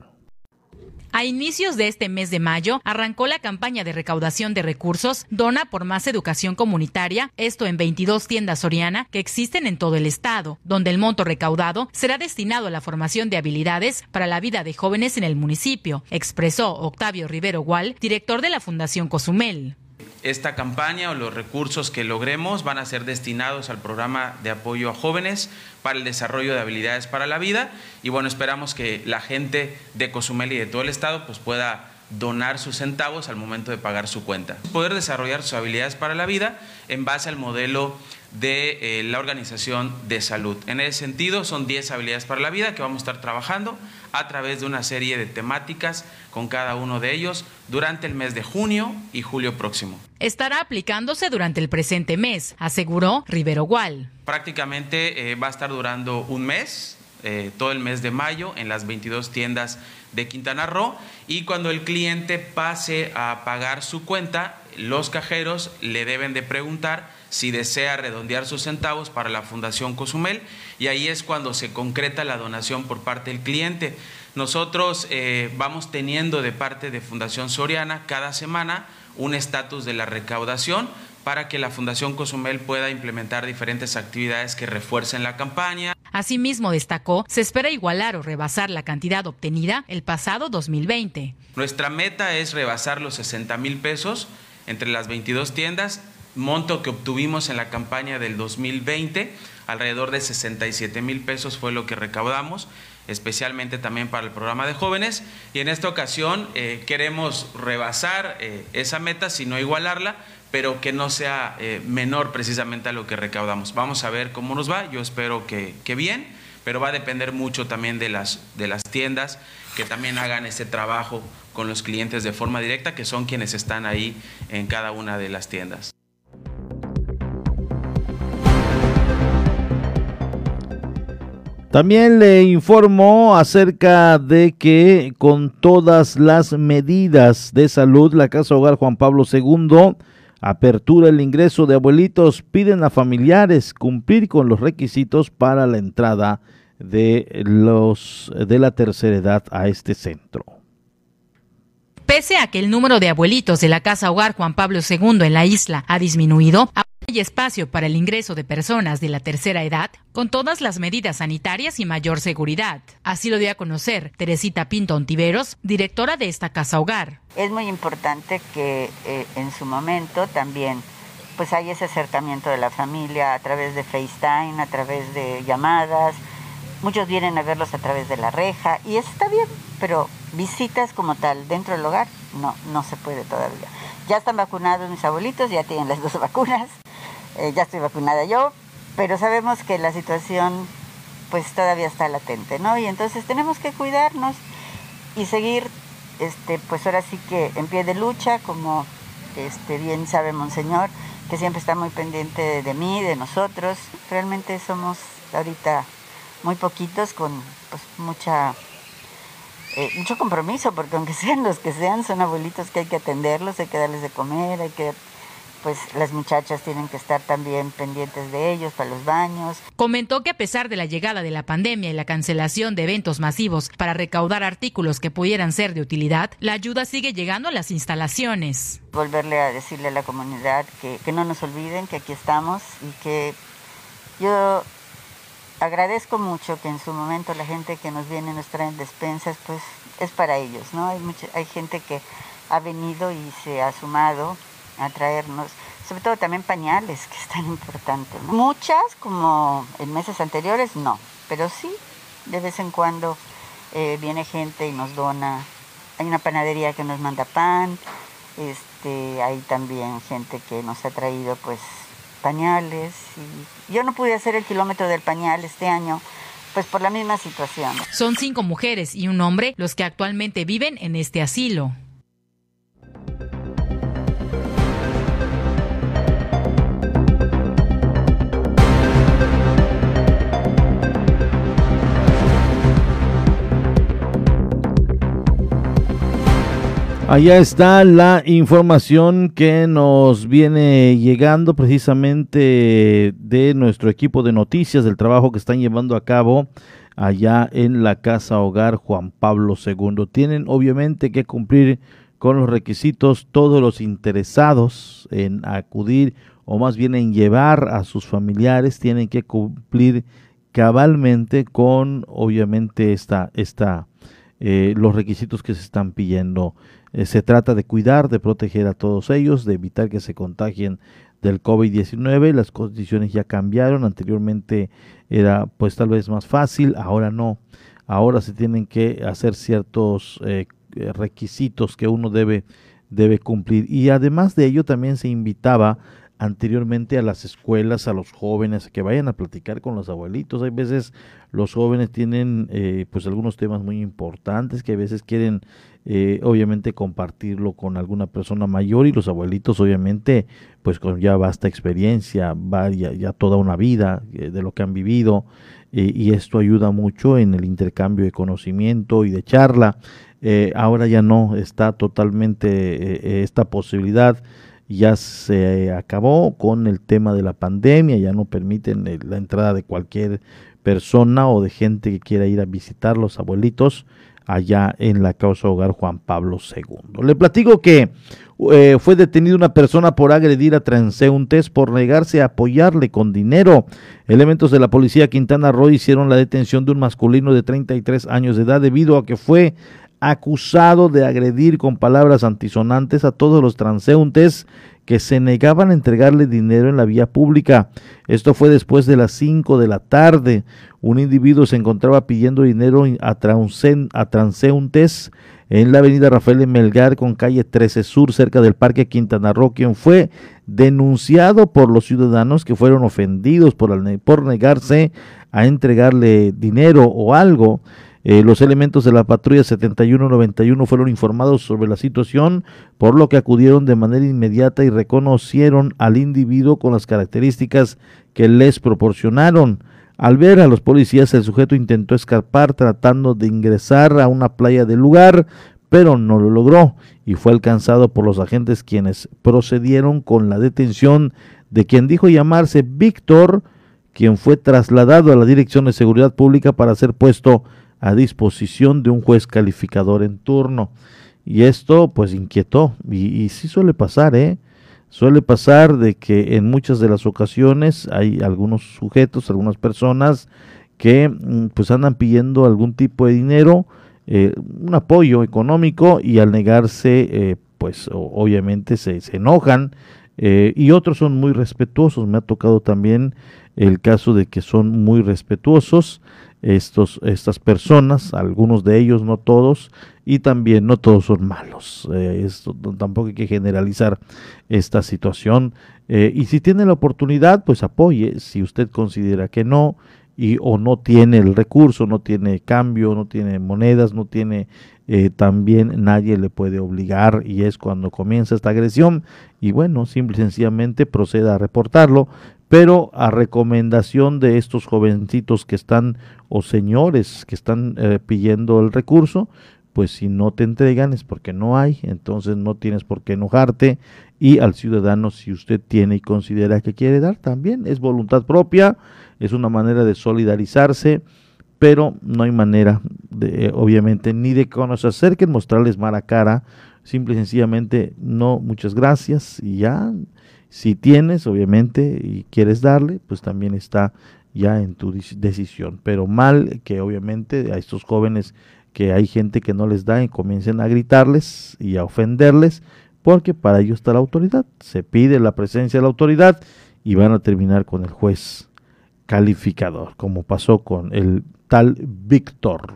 A inicios de este mes de mayo, arrancó la campaña de recaudación de recursos Dona por más educación comunitaria, esto en 22 tiendas Soriana que existen en todo el estado, donde el monto recaudado será destinado a la formación de habilidades para la vida de jóvenes en el municipio, expresó Octavio Rivero Gual, director de la Fundación Cozumel. Esta campaña o los recursos que logremos van a ser destinados al programa de apoyo a jóvenes para el desarrollo de habilidades para la vida y bueno, esperamos que la gente de Cozumel y de todo el estado pues pueda donar sus centavos al momento de pagar su cuenta. Poder desarrollar sus habilidades para la vida en base al modelo de la Organización de Salud. En ese sentido, son 10 habilidades para la vida que vamos a estar trabajando a través de una serie de temáticas con cada uno de ellos durante el mes de junio y julio próximo. Estará aplicándose durante el presente mes, aseguró Rivero Gual. Prácticamente va a estar durando un mes, todo el mes de mayo en las 22 tiendas de Quintana Roo y cuando el cliente pase a pagar su cuenta, los cajeros le deben de preguntar si desea redondear sus centavos para la Fundación Cozumel y ahí es cuando se concreta la donación por parte del cliente. Nosotros vamos teniendo de parte de Fundación Soriana cada semana un estatus de la recaudación para que la Fundación Cozumel pueda implementar diferentes actividades que refuercen la campaña. Asimismo, destacó, se espera igualar o rebasar la cantidad obtenida el pasado 2020. Nuestra meta es rebasar los 60,000 pesos entre las 22 tiendas, monto que obtuvimos en la campaña del 2020, alrededor de 67,000 pesos fue lo que recaudamos, especialmente también para el programa de jóvenes, y en esta ocasión queremos rebasar esa meta, sino igualarla, pero que no sea menor precisamente a lo que recaudamos. Vamos a ver cómo nos va, yo espero que bien, pero va a depender mucho también de las tiendas que también hagan ese trabajo con los clientes de forma directa, que son quienes están ahí en cada una de las tiendas. También le informó acerca de que con todas las medidas de salud, la Casa Hogar Juan Pablo II apertura el ingreso de abuelitos, piden a familiares cumplir con los requisitos para la entrada de la tercera edad a este centro. Pese a que el número de abuelitos de la Casa Hogar Juan Pablo II en la isla ha disminuido, hay espacio para el ingreso de personas de la tercera edad con todas las medidas sanitarias y mayor seguridad. Así lo dio a conocer Teresita Pinto Ontiveros, directora de esta Casa Hogar. Es muy importante que en su momento también pues hay ese acercamiento de la familia a través de FaceTime, a través de llamadas. Muchos vienen a verlos a través de la reja y eso está bien, pero visitas como tal dentro del hogar no se puede todavía. Ya están vacunados mis abuelitos, ya tienen las 2 vacunas, ya estoy vacunada yo, pero sabemos que la situación pues todavía está latente, ¿no? Y entonces tenemos que cuidarnos y seguir pues ahora sí que en pie de lucha, como bien sabe Monseñor, que siempre está muy pendiente de mí, de nosotros. Realmente somos ahorita muy poquitos con pues mucho compromiso, porque aunque sean los que sean, son abuelitos que hay que atenderlos, hay que darles de comer, pues las muchachas tienen que estar también pendientes de ellos para los baños. Comentó que a pesar de la llegada de la pandemia y la cancelación de eventos masivos para recaudar artículos que pudieran ser de utilidad, la ayuda sigue llegando a las instalaciones. Volverle a decirle a la comunidad que no nos olviden, que aquí estamos y que yo agradezco mucho que en su momento la gente que nos viene nos traen despensas, pues es para ellos, ¿no? Hay gente que ha venido y se ha sumado a traernos, sobre todo también pañales, que es tan importante, ¿no? Muchas, como en meses anteriores, no, pero sí, de vez en cuando viene gente y nos dona. Hay una panadería que nos manda pan, hay también gente que nos ha traído, pues, pañales. Y yo no pude hacer el kilómetro del pañal este año, pues por la misma situación. Son 5 mujeres y un hombre los que actualmente viven en este asilo. Allá está la información que nos viene llegando precisamente de nuestro equipo de noticias, del trabajo que están llevando a cabo allá en la Casa Hogar Juan Pablo II. Tienen obviamente que cumplir con los requisitos todos los interesados en acudir, o más bien en llevar a sus familiares, tienen que cumplir cabalmente con obviamente los requisitos que se están pidiendo. Se trata de cuidar, de proteger a todos ellos, de evitar que se contagien del COVID-19. Las condiciones ya cambiaron. Anteriormente era pues tal vez más fácil, ahora no. Ahora se tienen que hacer ciertos requisitos que uno debe cumplir. Y además de ello también se invitaba anteriormente a las escuelas, a los jóvenes, que vayan a platicar con los abuelitos. Hay veces los jóvenes tienen pues algunos temas muy importantes que a veces quieren obviamente compartirlo con alguna persona mayor, y los abuelitos obviamente pues con ya vasta experiencia, ya toda una vida de lo que han vivido, y esto ayuda mucho en el intercambio de conocimiento y de charla. Ahora ya no está totalmente esta posibilidad. Ya se acabó con el tema de la pandemia, ya no permiten la entrada de cualquier persona o de gente que quiera ir a visitar los abuelitos allá en la Casa Hogar Juan Pablo II. Le platico que fue detenida una persona por agredir a transeúntes por negarse a apoyarle con dinero. Elementos de la policía Quintana Roo hicieron la detención de un masculino de 33 años de edad debido a que fue acusado de agredir con palabras antisonantes a todos los transeúntes que se negaban a entregarle dinero en la vía pública. Esto fue después de las 5 de la tarde. Un individuo se encontraba pidiendo dinero a transeúntes en la avenida Rafael Melgar con calle 13 Sur, cerca del Parque Quintana Roo, quien fue denunciado por los ciudadanos que fueron ofendidos por negarse a entregarle dinero o algo. Los elementos de la patrulla 7191 fueron informados sobre la situación, por lo que acudieron de manera inmediata y reconocieron al individuo con las características que les proporcionaron. Al ver a los policías, el sujeto intentó escapar tratando de ingresar a una playa del lugar, pero no lo logró y fue alcanzado por los agentes, quienes procedieron con la detención de quien dijo llamarse Víctor, quien fue trasladado a la Dirección de Seguridad Pública para ser puesto a disposición de un juez calificador en turno. Y esto pues inquietó, y sí suele pasar, suele pasar de que en muchas de las ocasiones hay algunos sujetos, algunas personas que pues andan pidiendo algún tipo de dinero, un apoyo económico, y al negarse pues obviamente se enojan, y otros son muy respetuosos. Me ha tocado también el caso de que son muy respetuosos estas personas, algunos de ellos, no todos, y también no todos son malos. Esto tampoco hay que generalizar esta situación, y si tiene la oportunidad, pues apoye. Si usted considera que no, o no tiene el recurso, no tiene cambio, no tiene monedas, no tiene, también nadie le puede obligar, y es cuando comienza esta agresión. Y bueno, simple y sencillamente proceda a reportarlo, pero a recomendación de estos jovencitos que están, o señores que están pidiendo el recurso, pues si no te entregan es porque no hay, entonces no tienes por qué enojarte. Y al ciudadano, si usted tiene y considera que quiere dar, también es voluntad propia, es una manera de solidarizarse, pero no hay manera, obviamente, ni de que cuando se acerquen mostrarles mala cara. Simple y sencillamente, no, muchas gracias, y ya. Si tienes, obviamente, y quieres darle, pues también está ya en tu decisión. Pero mal que obviamente a estos jóvenes, que hay gente que no les da y comiencen a gritarles y a ofenderles, porque para ello está la autoridad. Se pide la presencia de la autoridad y van a terminar con el juez calificador, como pasó con el tal Víctor.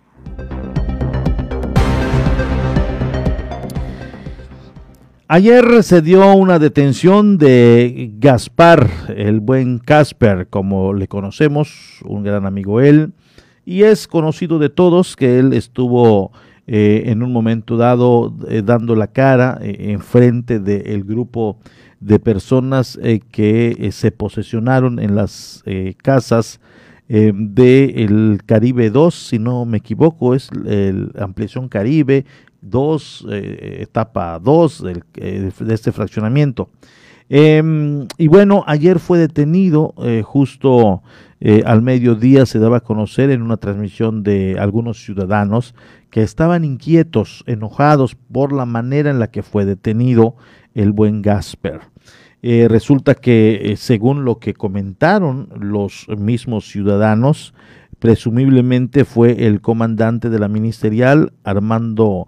Ayer se dio una detención de Gaspar, el buen Casper, como le conocemos, un gran amigo él, y es conocido de todos que él estuvo en un momento dado dando la cara en frente del grupo de personas que se posesionaron en las casas del Caribe 2, si no me equivoco, es la ampliación Caribe 2, etapa 2 de este fraccionamiento. Y bueno, ayer fue detenido justo al mediodía. Se daba a conocer en una transmisión de algunos ciudadanos que estaban inquietos, enojados por la manera en la que fue detenido el buen Gasper. Resulta que según lo que comentaron los mismos ciudadanos, presumiblemente fue el comandante de la ministerial, Armando,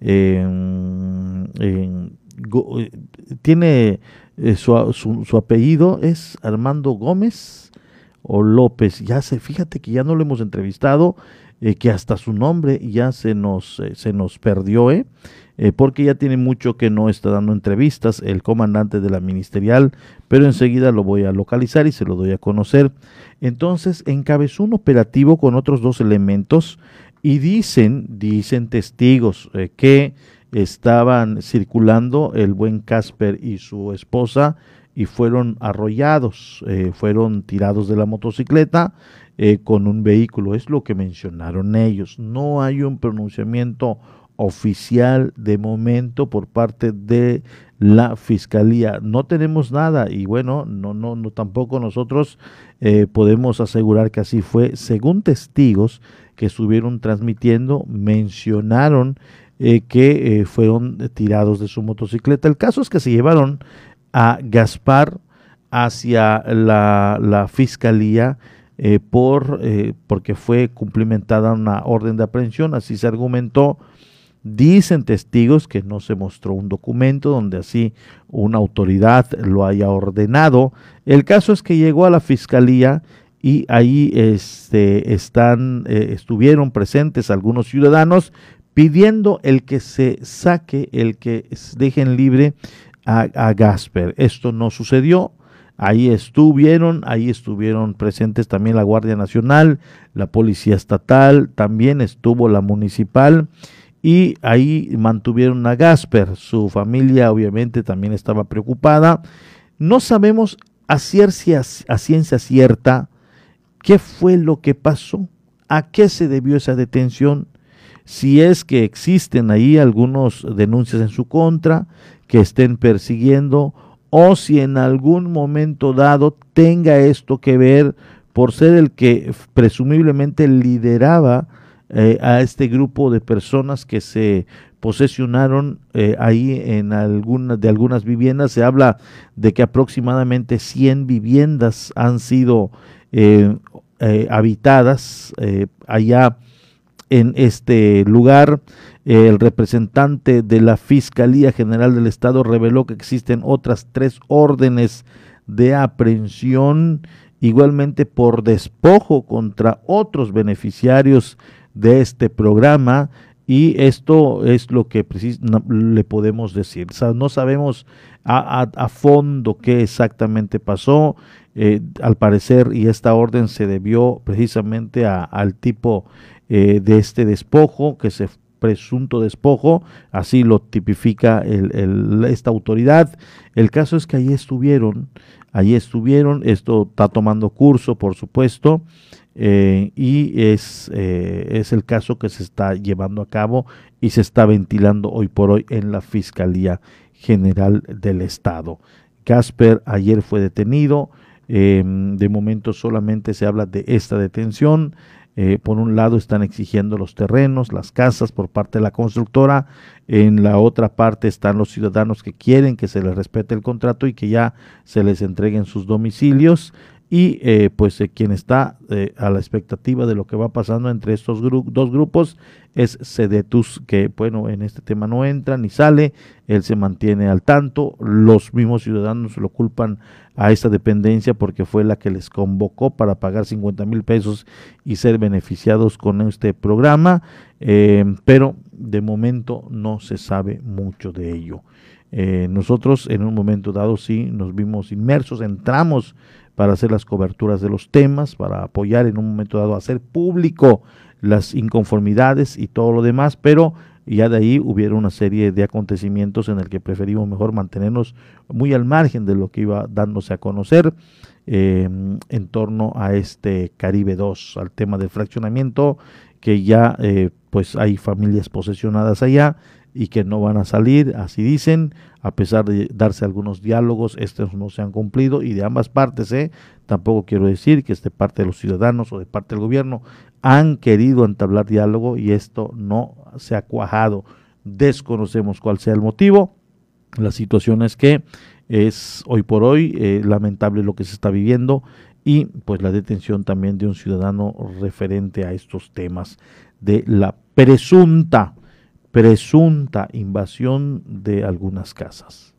tiene su apellido es Armando Gómez o López, fíjate que ya no lo hemos entrevistado, que hasta su nombre ya se nos perdió, porque ya tiene mucho que no está dando entrevistas el comandante de la ministerial, pero enseguida lo voy a localizar y se lo doy a conocer. Entonces encabezó un operativo con otros 2 elementos y dicen testigos que estaban circulando el buen Casper y su esposa y fueron arrollados, fueron tirados de la motocicleta con un vehículo. Es lo que mencionaron ellos. No hay un pronunciamiento oficial de momento por parte de la fiscalía. No tenemos nada y bueno, no tampoco nosotros podemos asegurar que así fue. Según testigos que estuvieron transmitiendo, mencionaron que fueron tirados de su motocicleta. El caso es que se llevaron a Gaspar hacia la fiscalía porque fue cumplimentada una orden de aprehensión, así se argumentó. Dicen testigos que no se mostró un documento donde así una autoridad lo haya ordenado. El caso es que llegó a la fiscalía y ahí estuvieron presentes algunos ciudadanos, pidiendo el que se saque, el que dejen libre a Gasper. Esto no sucedió. Ahí estuvieron presentes también la Guardia Nacional, la Policía Estatal, también estuvo la municipal, y ahí mantuvieron a Gasper. Su familia obviamente también estaba preocupada. No sabemos a ciencia cierta qué fue lo que pasó, a qué se debió esa detención, si es que existen ahí algunas denuncias en su contra que estén persiguiendo, o si en algún momento dado tenga esto que ver por ser el que presumiblemente lideraba a este grupo de personas que se posesionaron ahí en algunas viviendas. Se habla de que aproximadamente 100 viviendas han sido habitadas allá en este lugar. El representante de la Fiscalía General del Estado reveló que existen otras 3 órdenes de aprehensión, igualmente por despojo contra otros beneficiarios de este programa, y esto es lo que le podemos decir. O sea, no sabemos a fondo qué exactamente pasó. Al parecer, y esta orden se debió precisamente al tipo de este despojo, presunto despojo, así lo tipifica esta autoridad. El caso es que allí estuvieron, esto está tomando curso, por supuesto, y es el caso que se está llevando a cabo y se está ventilando hoy por hoy en la Fiscalía General del Estado. Gasper ayer fue detenido. De momento solamente se habla de esta detención. Por un lado están exigiendo los terrenos, las casas por parte de la constructora. En la otra parte están los ciudadanos que quieren que se les respete el contrato y que ya se les entreguen sus domicilios. Y quien está a la expectativa de lo que va pasando entre estos dos grupos es Sedetus, que bueno, en este tema no entra ni sale, él se mantiene al tanto. Los mismos ciudadanos lo culpan a esta dependencia porque fue la que les convocó para pagar 50,000 pesos y ser beneficiados con este programa, pero de momento no se sabe mucho de ello. Nosotros en un momento dado sí nos vimos inmersos, entramos para hacer las coberturas de los temas, para apoyar en un momento dado, hacer público las inconformidades y todo lo demás, pero ya de ahí hubiera una serie de acontecimientos en el que preferimos mejor mantenernos muy al margen de lo que iba dándose a conocer en torno a este Caribe 2, al tema del fraccionamiento, que ya pues hay familias posesionadas allá y que no van a salir, así dicen, a pesar de darse algunos diálogos, estos no se han cumplido, y de ambas partes, tampoco quiero decir que de parte de los ciudadanos o de parte del gobierno han querido entablar diálogo y esto no se ha cuajado. Desconocemos cuál sea el motivo. La situación es que es hoy por hoy lamentable lo que se está viviendo, y pues la detención también de un ciudadano referente a estos temas de la presunta invasión de algunas casas.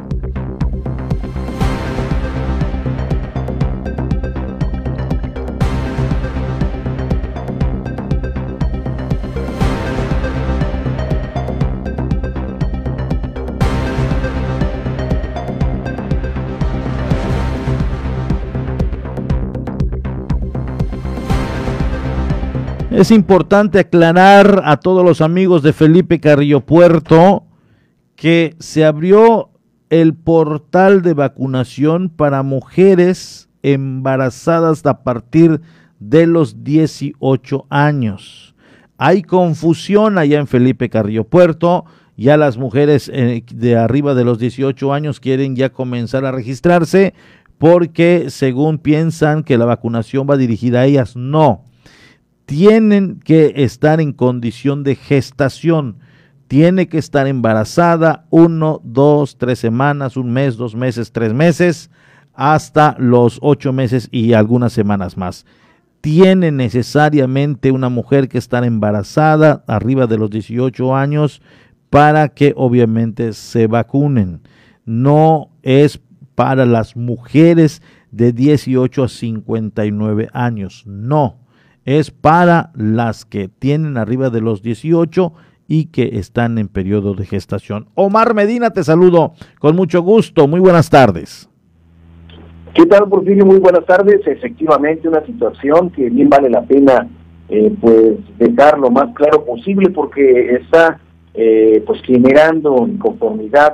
Es importante aclarar a todos los amigos de Felipe Carrillo Puerto que se abrió el portal de vacunación para mujeres embarazadas a partir de los 18 años. Hay confusión allá en Felipe Carrillo Puerto. Ya las mujeres de arriba de los 18 años quieren ya comenzar a registrarse porque según piensan que la vacunación va dirigida a ellas. No. Tienen que estar en condición de gestación, tiene que estar embarazada 1, 2, 3 semanas, 1 mes, 2 meses, 3 meses, hasta los 8 meses y algunas semanas más. Tiene necesariamente una mujer que estar embarazada arriba de los 18 años para que obviamente se vacunen. No es para las mujeres de 18 a 59 años, no. Es para las que tienen arriba de los 18 y que están en periodo de gestación. Omar Medina, te saludo con mucho gusto. Muy buenas tardes. ¿Qué tal, Porfirio? Muy buenas tardes. Efectivamente, una situación que bien vale la pena pues dejar lo más claro posible, porque está pues generando inconformidad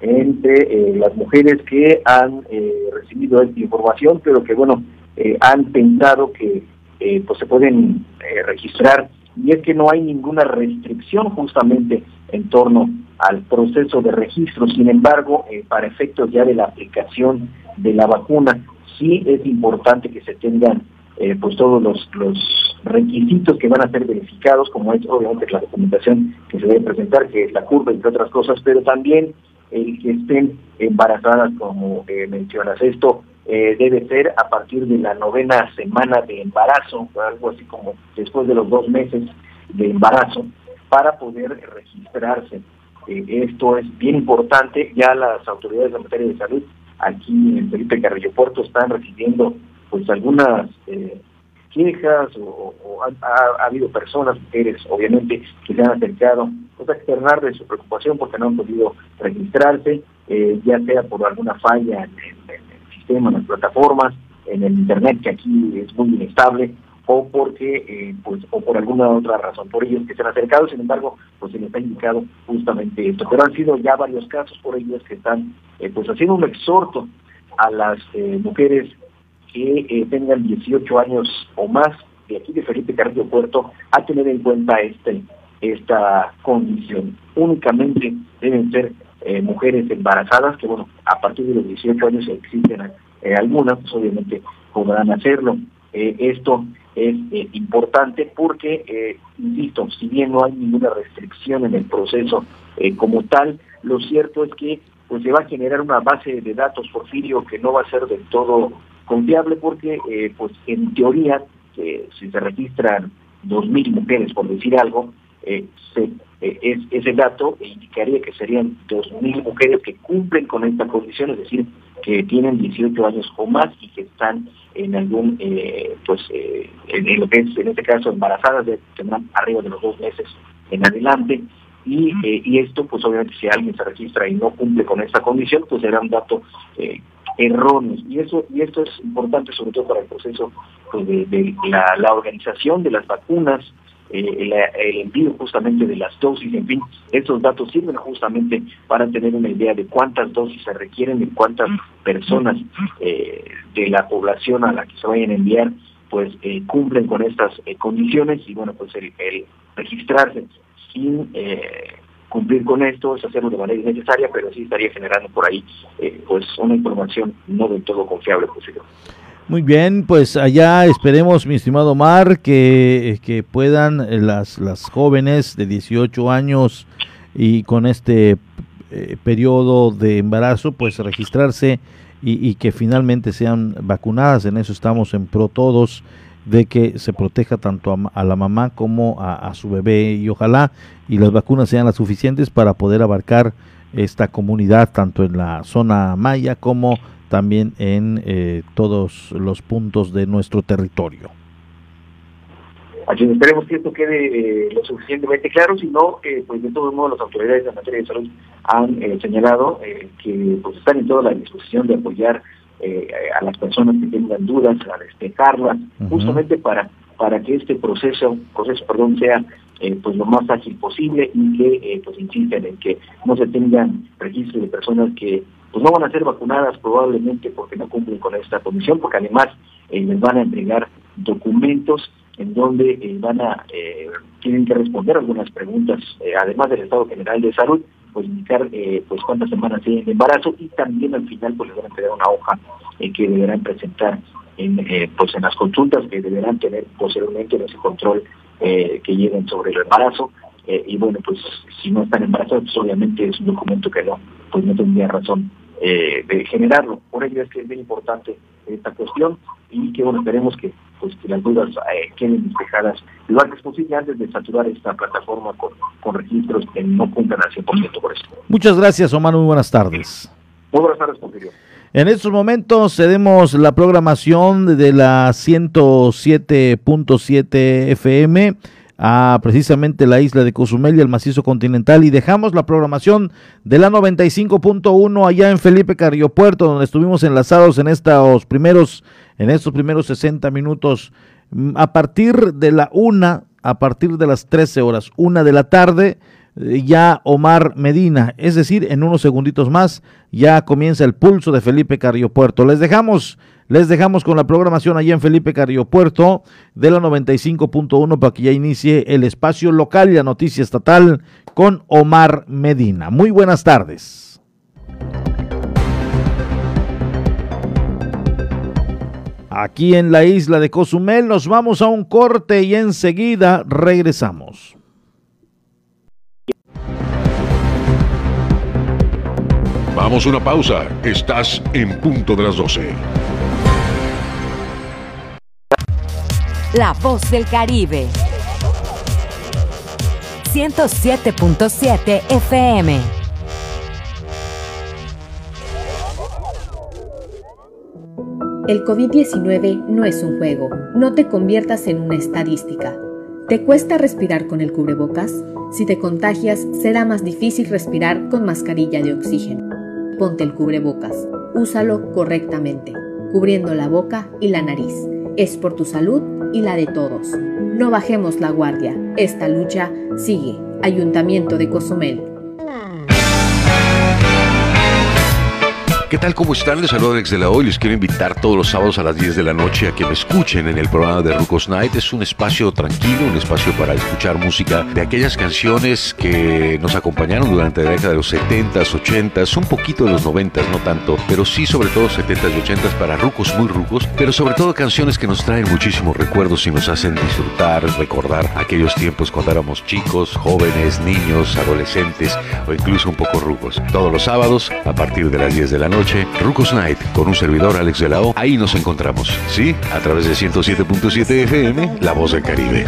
entre las mujeres que han recibido esta información, pero que bueno, han pensado que pues se pueden registrar, y es que no hay ninguna restricción justamente en torno al proceso de registro. Sin embargo, para efectos ya de la aplicación de la vacuna, sí es importante que se tengan pues todos los requisitos que van a ser verificados, como es obviamente la documentación que se debe presentar, que es la curva, entre otras cosas, pero también el que estén embarazadas, como mencionas. Esto debe ser a partir de la 9ª semana de embarazo, algo así como después de los 2 meses de embarazo, para poder registrarse. Esto es bien importante. Ya las autoridades en materia de salud aquí en Felipe Carrillo Puerto están recibiendo pues algunas quejas, o ha habido personas, mujeres obviamente, que se han acercado pues, a externar de su preocupación porque no han podido registrarse, ya sea por alguna falla en el sistema, en las plataformas, en el internet, que aquí es muy inestable, o porque pues o por alguna otra razón, por ellos que se han acercado. Sin embargo, pues se les ha indicado justamente esto, pero han sido ya varios casos por ellos que están pues haciendo un exhorto a las mujeres que tengan 18 años o más de aquí de Felipe Carrillo Puerto a tener en cuenta esta condición. Únicamente deben ser mujeres embarazadas, que bueno, a partir de los 18 años existen algunas, pues obviamente podrán hacerlo. Esto es importante porque, insisto, si bien no hay ninguna restricción en el proceso como tal, lo cierto es que pues se va a generar una base de datos, Porfirio, que no va a ser del todo confiable, porque pues en teoría si se registran 2,000 mujeres, por decir algo, ese dato indicaría que serían 2,000 mujeres que cumplen con esta condición, es decir, que tienen 18 años o más y que están en algún en lo que es en este caso embarazadas, tendrán arriba de los 2 meses en adelante. Y esto, pues obviamente, si alguien se registra y no cumple con esta condición, pues será un dato erróneo. Y esto es importante, sobre todo para el proceso pues, de la organización de las vacunas, el envío justamente de las dosis. En fin, estos datos sirven justamente para tener una idea de cuántas dosis se requieren, de cuántas personas de la población a la que se vayan a enviar pues cumplen con estas condiciones. Y bueno, pues el registrarse sin cumplir con esto es hacerlo de manera innecesaria, pero sí estaría generando por ahí pues una información no del todo confiable, pues. Muy bien, pues allá esperemos, mi estimado Omar, que puedan las jóvenes de 18 años y con este periodo de embarazo, pues registrarse y que finalmente sean vacunadas. En eso estamos en pro todos, de que se proteja tanto a la mamá como a su bebé, y ojalá y las vacunas sean las suficientes para poder abarcar esta comunidad tanto en la zona maya como también en todos los puntos de nuestro territorio. Así esperemos que esto quede lo suficientemente claro. Si no, pues de todos modos las autoridades en materia de salud han señalado que pues están en toda la disposición de apoyar a las personas que tengan dudas, a despejarlas, justamente para que este proceso sea pues lo más ágil posible, y que pues insisten en que no se tengan registros de personas que pues no van a ser vacunadas probablemente porque no cumplen con esta condición, porque además les van a entregar documentos en donde tienen que responder algunas preguntas, además del estado general de salud, pues indicar pues cuántas semanas tienen de embarazo, y también al final pues les van a entregar una hoja que deberán presentar en las consultas que deberán tener posteriormente en ese control que lleven sobre el embarazo. Y bueno, pues si no están embarazados, pues obviamente es un documento que no tendría razón de generarlo. Por ello es que es bien importante esta cuestión, y que bueno, esperemos que las dudas queden despejadas lo antes posible, antes de saturar esta plataforma con registros que no cumplan al 100% por esto. Muchas gracias, Omar, muy buenas tardes. Muy buenas tardes, Porfirio. En estos momentos cedemos la programación de la 107.7 FM a precisamente la isla de Cozumel y el macizo continental, y dejamos la programación de la 95.1 allá en Felipe Carrillo Puerto, donde estuvimos enlazados en estos primeros 60 minutos a partir de las 13 horas, 1 de la tarde. Ya Omar Medina, es decir, en unos segunditos más ya comienza el pulso de Felipe Carrillo Puerto. Les dejamos con la programación allá en Felipe Carrillo Puerto de la 95.1 para que ya inicie el espacio local y la noticia estatal con Omar Medina. Muy buenas tardes. Aquí en la isla de Cozumel nos vamos a un corte y enseguida regresamos. Vamos a una pausa. Estás en punto de las 12. La voz del Caribe. 107.7 FM. El COVID-19 no es un juego. No te conviertas en una estadística. ¿Te cuesta respirar con el cubrebocas? Si te contagias, será más difícil respirar con mascarilla de oxígeno. Ponte el cubrebocas. Úsalo correctamente, cubriendo la boca y la nariz. Es por tu salud y la de todos. No bajemos la guardia. Esta lucha sigue. Ayuntamiento de Cozumel. ¿Qué tal? ¿Cómo están? Les saluda Alex de la O y les quiero invitar todos los sábados a las 10 de la noche a que me escuchen en el programa de Rucos Night. Es un espacio tranquilo, un espacio para escuchar música de aquellas canciones que nos acompañaron durante la década de los 70s, 80s, un poquito de los 90s, no tanto, pero sí sobre todo 70s y 80s para rucos muy rucos, pero sobre todo canciones que nos traen muchísimos recuerdos y nos hacen disfrutar, recordar aquellos tiempos cuando éramos chicos, jóvenes, niños, adolescentes o incluso un poco rucos. Todos los sábados a partir de las 10 de la noche, Rucos Night, con un servidor Alex de la O. Ahí nos encontramos, ¿sí? A través de 107.7 FM, La Voz del Caribe.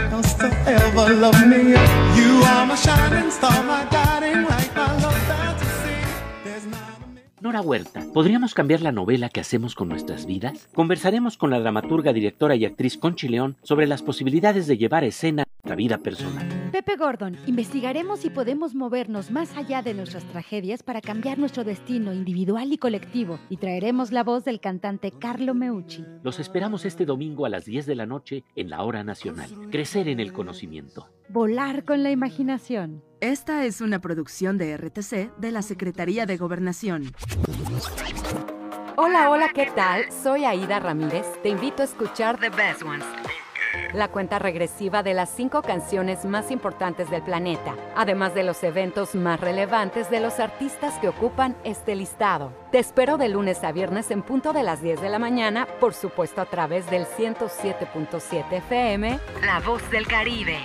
Nora Huerta, ¿podríamos cambiar la novela que hacemos con nuestras vidas? Conversaremos con la dramaturga, directora y actriz Conchi León sobre las posibilidades de llevar a escena nuestra vida personal. Pepe Gordon, investigaremos si podemos movernos más allá de nuestras tragedias para cambiar nuestro destino individual y colectivo, y traeremos la voz del cantante Carlo Meucci. Los esperamos este domingo a las 10 de la noche en la Hora Nacional. Crecer en el conocimiento. Volar con la imaginación. Esta es una producción de RTC de la Secretaría de Gobernación. Hola, ¿qué tal? Soy Aida Ramírez. Te invito a escuchar The Best Ones, la cuenta regresiva de las 5 canciones más importantes del planeta, además de los eventos más relevantes de los artistas que ocupan este listado. Te espero de lunes a viernes en punto de las 10 de la mañana, por supuesto a través del 107.7 FM, La Voz del Caribe.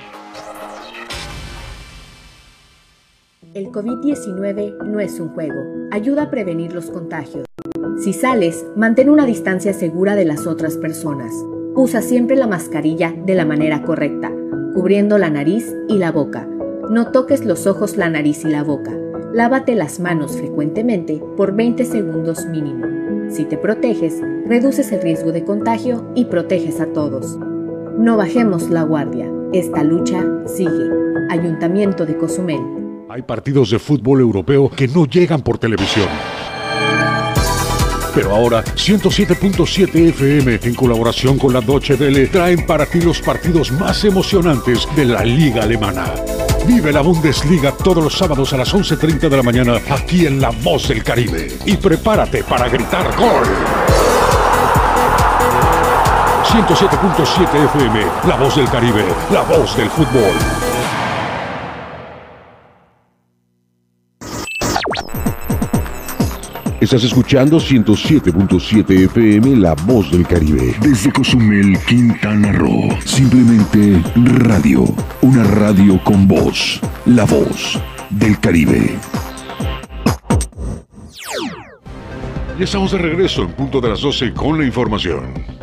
El COVID-19 no es un juego. Ayuda a prevenir los contagios. Si sales, mantén una distancia segura de las otras personas. Usa siempre la mascarilla de la manera correcta, cubriendo la nariz y la boca. No toques los ojos, la nariz y la boca. Lávate las manos frecuentemente por 20 segundos mínimo. Si te proteges, reduces el riesgo de contagio y proteges a todos. No bajemos la guardia. Esta lucha sigue. Ayuntamiento de Cozumel. Hay partidos de fútbol europeo que no llegan por televisión. Pero ahora, 107.7 FM, en colaboración con la Deutsche Welle, traen para ti los partidos más emocionantes de la Liga Alemana. Vive la Bundesliga todos los sábados a las 11:30 de la mañana, aquí en La Voz del Caribe. Y prepárate para gritar ¡gol! 107.7 FM, La Voz del Caribe, la voz del fútbol. Estás escuchando 107.7 FM, La Voz del Caribe. Desde Cozumel, Quintana Roo. Simplemente radio. Una radio con voz. La Voz del Caribe. Ya estamos de regreso en punto de las 12 con la información.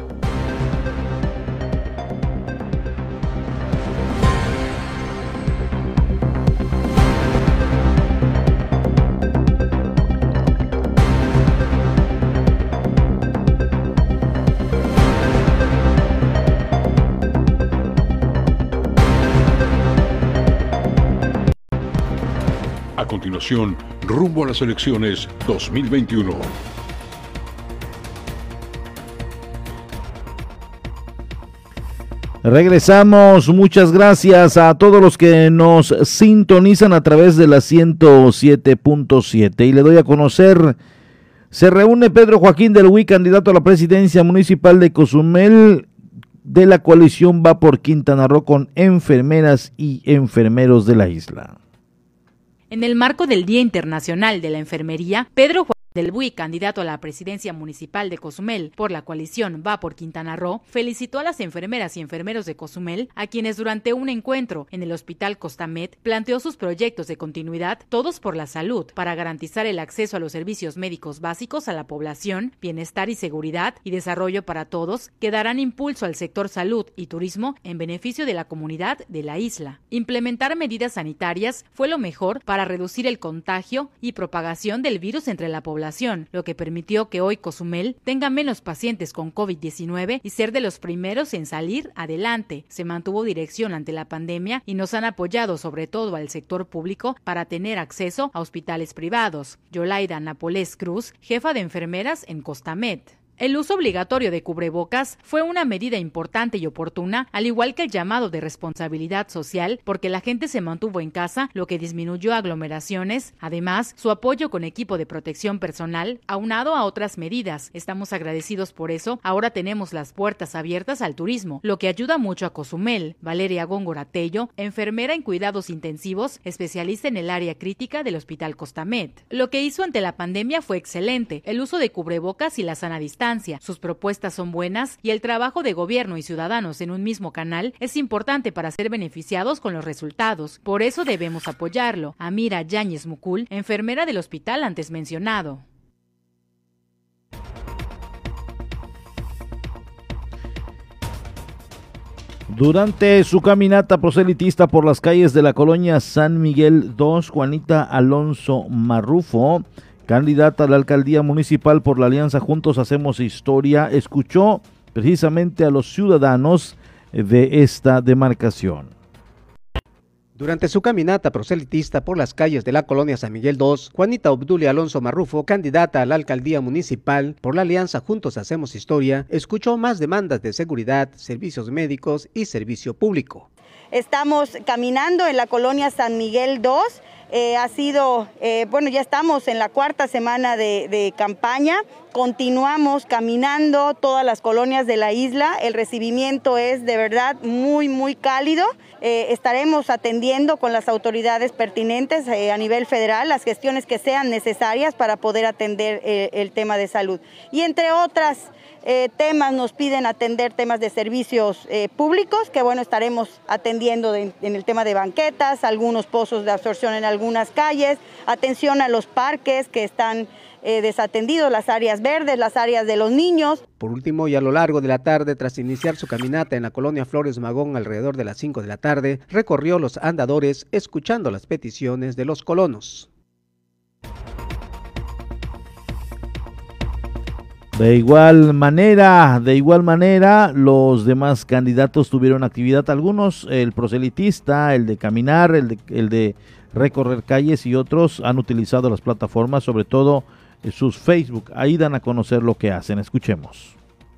continuación, rumbo a las elecciones 2021. Regresamos, muchas gracias a todos los que nos sintonizan a través de la 107.7 y le doy a conocer, se reúne Pedro Joaquín del Huy, candidato a la presidencia municipal de Cozumel de la coalición Va por Quintana Roo con enfermeras y enfermeros de la isla. En el marco del Día Internacional de la Enfermería, Pedro Joaquín del Huy, candidato a la presidencia municipal de Cozumel por la coalición Va por Quintana Roo, felicitó a las enfermeras y enfermeros de Cozumel, a quienes durante un encuentro en el Hospital Costamed planteó sus proyectos de continuidad, todos por la salud, para garantizar el acceso a los servicios médicos básicos a la población, bienestar y seguridad y desarrollo para todos, que darán impulso al sector salud y turismo en beneficio de la comunidad de la isla. Implementar medidas sanitarias fue lo mejor para reducir el contagio y propagación del virus entre la población, lo que permitió que hoy Cozumel tenga menos pacientes con COVID-19 y ser de los primeros en salir adelante. Se mantuvo dirección ante la pandemia y nos han apoyado sobre todo al sector público para tener acceso a hospitales privados. Yolaida Napolés Cruz, jefa de enfermeras en Costamed. El uso obligatorio de cubrebocas fue una medida importante y oportuna, al igual que el llamado de responsabilidad social, porque la gente se mantuvo en casa, lo que disminuyó aglomeraciones. Además, su apoyo con equipo de protección personal, aunado a otras medidas. Estamos agradecidos por eso. Ahora tenemos las puertas abiertas al turismo, lo que ayuda mucho a Cozumel. Valeria Góngora Tello, enfermera en cuidados intensivos, especialista en el área crítica del Hospital Costamed. Lo que hizo ante la pandemia fue excelente, el uso de cubrebocas y la sana distancia. Sus propuestas son buenas y el trabajo de gobierno y ciudadanos en un mismo canal es importante para ser beneficiados con los resultados. Por eso debemos apoyarlo. Amira Yáñez Mucul, enfermera del hospital antes mencionado. Durante su caminata proselitista por las calles de la colonia San Miguel II, Juanita Alonso Marrufo, candidata a la alcaldía municipal por la alianza Juntos Hacemos Historia, escuchó precisamente a los ciudadanos de esta demarcación. Durante su caminata proselitista por las calles de la colonia San Miguel II, Juanita Obdulia Alonso Marrufo, candidata a la alcaldía municipal por la alianza Juntos Hacemos Historia, escuchó más demandas de seguridad, servicios médicos y servicio público. Estamos caminando en la colonia San Miguel II. Ya estamos en la cuarta semana de campaña, continuamos caminando todas las colonias de la isla, el recibimiento es de verdad muy cálido, estaremos atendiendo con las autoridades pertinentes a nivel federal las gestiones que sean necesarias para poder atender el tema de salud. Y entre otras temas nos piden atender temas de servicios públicos, que estaremos atendiendo en el tema de banquetas, algunos pozos de absorción en algunas calles, atención a los parques que están desatendidos, las áreas verdes, las áreas de los niños. Por último, y a lo largo de la tarde, tras iniciar su caminata en la colonia Flores Magón alrededor de las 5 de la tarde, recorrió los andadores escuchando las peticiones de los colonos. De igual manera, los demás candidatos tuvieron actividad, algunos, el proselitista, el de caminar, el de recorrer calles, y otros han utilizado las plataformas, sobre todo sus Facebook. Ahí dan a conocer lo que hacen. Escuchemos.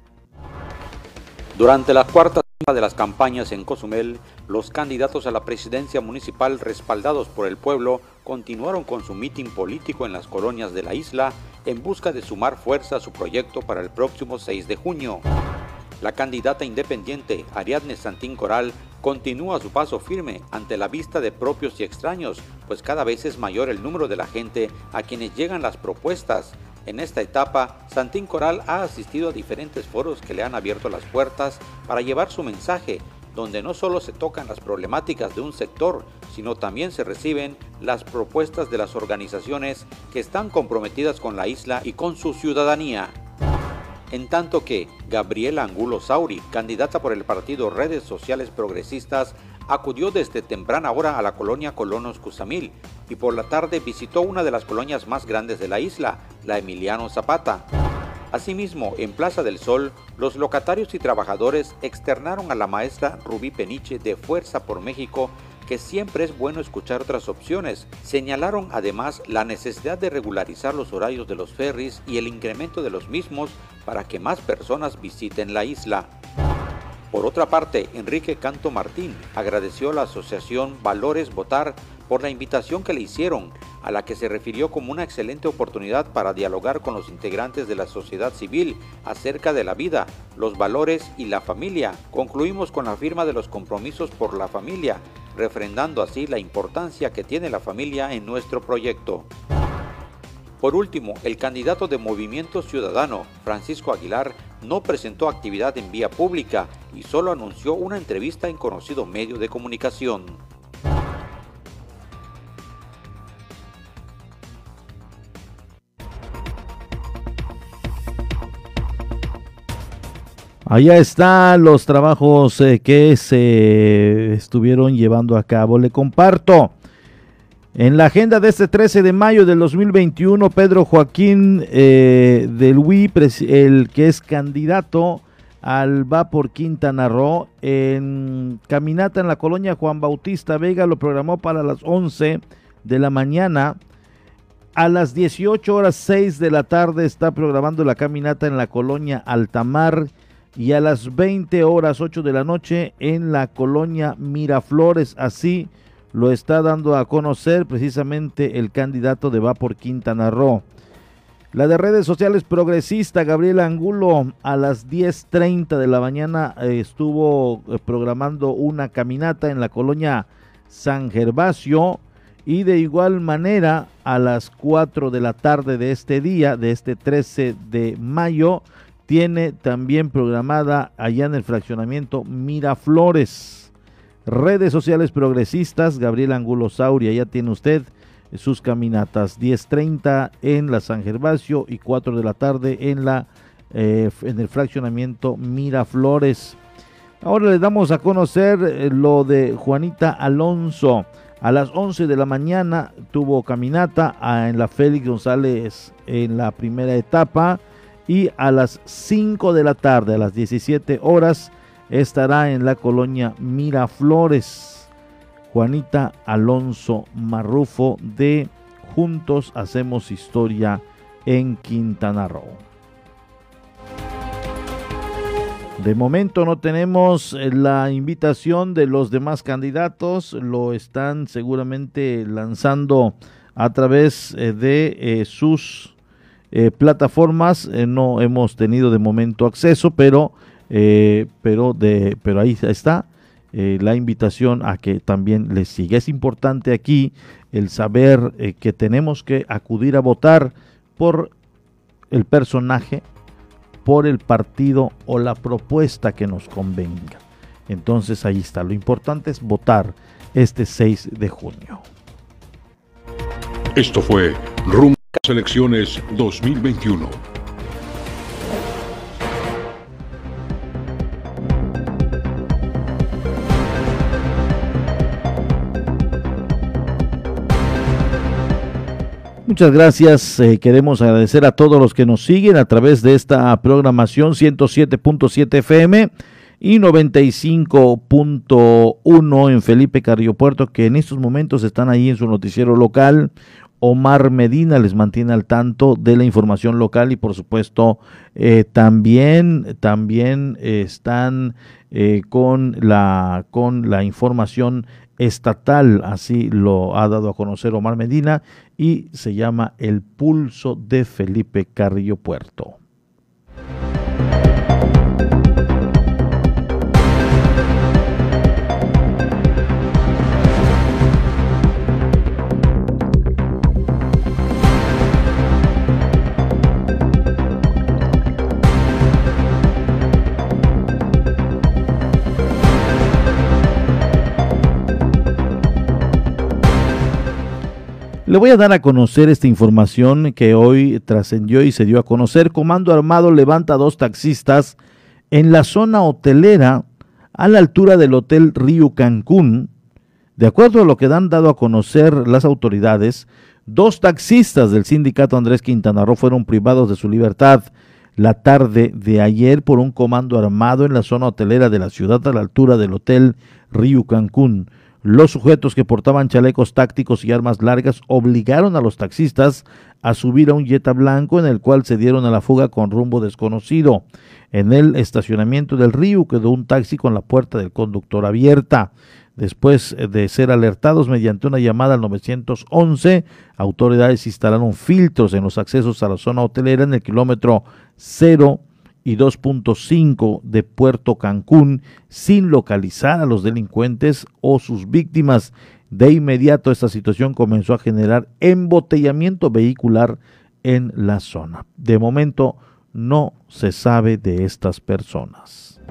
Durante la cuarta semana de las campañas en Cozumel, los candidatos a la presidencia municipal respaldados por el pueblo continuaron con su mitin político en las colonias de la isla en busca de sumar fuerza a su proyecto para el próximo 6 de junio. La candidata independiente Ariadne Santín Coral continúa su paso firme ante la vista de propios y extraños, pues cada vez es mayor el número de la gente a quienes llegan las propuestas. En esta etapa, Santín Coral ha asistido a diferentes foros que le han abierto las puertas para llevar su mensaje, donde no solo se tocan las problemáticas de un sector, sino también se reciben las propuestas de las organizaciones que están comprometidas con la isla y con su ciudadanía. En tanto que Gabriela Angulo Sauri, candidata por el partido Redes Sociales Progresistas, acudió desde temprana hora a la colonia Colonos Cuzamil y por la tarde visitó una de las colonias más grandes de la isla, la Emiliano Zapata. Asimismo, en Plaza del Sol, los locatarios y trabajadores externaron a la maestra Rubí Peniche de Fuerza por México que siempre es bueno escuchar otras opciones. Señalaron además la necesidad de regularizar los horarios de los ferries y el incremento de los mismos para que más personas visiten la isla. Por otra parte, Enrique Canto Martín agradeció a la asociación Valores Votar por la invitación que le hicieron, a la que se refirió como una excelente oportunidad para dialogar con los integrantes de la sociedad civil acerca de la vida, los valores y la familia. Concluimos con la firma de los compromisos por la familia, refrendando así la importancia que tiene la familia en nuestro proyecto. Por último, el candidato de Movimiento Ciudadano, Francisco Aguilar, no presentó actividad en vía pública y solo anunció una entrevista en conocido medio de comunicación. Allá están los trabajos que se estuvieron llevando a cabo. Le comparto. En la agenda de este 13 de mayo del 2021, Pedro Joaquín del UI, el que es candidato al Va por Quintana Roo, en caminata en la colonia Juan Bautista Vega, lo programó para las 11 de la mañana. A las 18:06 de la tarde está programando la caminata en la colonia Altamar, y a las 20:08 de la noche en la colonia Miraflores. Así lo está dando a conocer precisamente el candidato de Va por Quintana Roo. La de redes sociales progresista, Gabriela Angulo, a las 10:30 de la mañana estuvo programando una caminata en la colonia San Gervasio, y de igual manera a las 4 de la tarde de este día, de este 13 de mayo, tiene también programada allá en el fraccionamiento Miraflores. Redes sociales progresistas, Gabriel Angulo Sauria, ya tiene usted sus caminatas, 10:30 en la San Gervasio y 4 de la tarde en el fraccionamiento Miraflores. Ahora le damos a conocer lo de Juanita Alonso. A las 11 de la mañana tuvo caminata en la Félix González en la primera etapa, y a las 5 de la tarde, a las 17 horas, estará en la colonia Miraflores. Juanita Alonso Marrufo de Juntos Hacemos Historia en Quintana Roo. De momento no tenemos la invitación de los demás candidatos, lo están seguramente lanzando a través de sus plataformas. No hemos tenido de momento acceso, pero ahí está la invitación a que también les siga. Es importante aquí el saber que tenemos que acudir a votar por el personaje, por el partido o la propuesta que nos convenga. Entonces ahí está, lo importante es votar este 6 de junio. Esto fue Rumbo a las Elecciones 2021. Muchas gracias, queremos agradecer a todos los que nos siguen a través de esta programación 107.7 FM y 95.1 en Felipe Carrillo Puerto, que en estos momentos están ahí en su noticiero local. Omar Medina les mantiene al tanto de la información local y por supuesto también están con la información estatal, así lo ha dado a conocer Omar Medina, y se llama El Pulso de Felipe Carrillo Puerto. Le voy a dar a conocer esta información que hoy trascendió y se dio a conocer. Comando Armado levanta 2 taxistas en la zona hotelera a la altura del Hotel Río Cancún. De acuerdo a lo que han dado a conocer las autoridades, 2 taxistas del sindicato Andrés Quintana Roo fueron privados de su libertad la tarde de ayer por un comando armado en la zona hotelera de la ciudad a la altura del Hotel Río Cancún. Los sujetos que portaban chalecos tácticos y armas largas obligaron a los taxistas a subir a un Jetta blanco en el cual se dieron a la fuga con rumbo desconocido. En el estacionamiento del Río quedó un taxi con la puerta del conductor abierta. Después de ser alertados mediante una llamada al 911, autoridades instalaron filtros en los accesos a la zona hotelera en el kilómetro 0 y 2.5 de Puerto Cancún sin localizar a los delincuentes o sus víctimas. De inmediato esta situación comenzó a generar embotellamiento vehicular en la zona. De momento no se sabe de estas personas.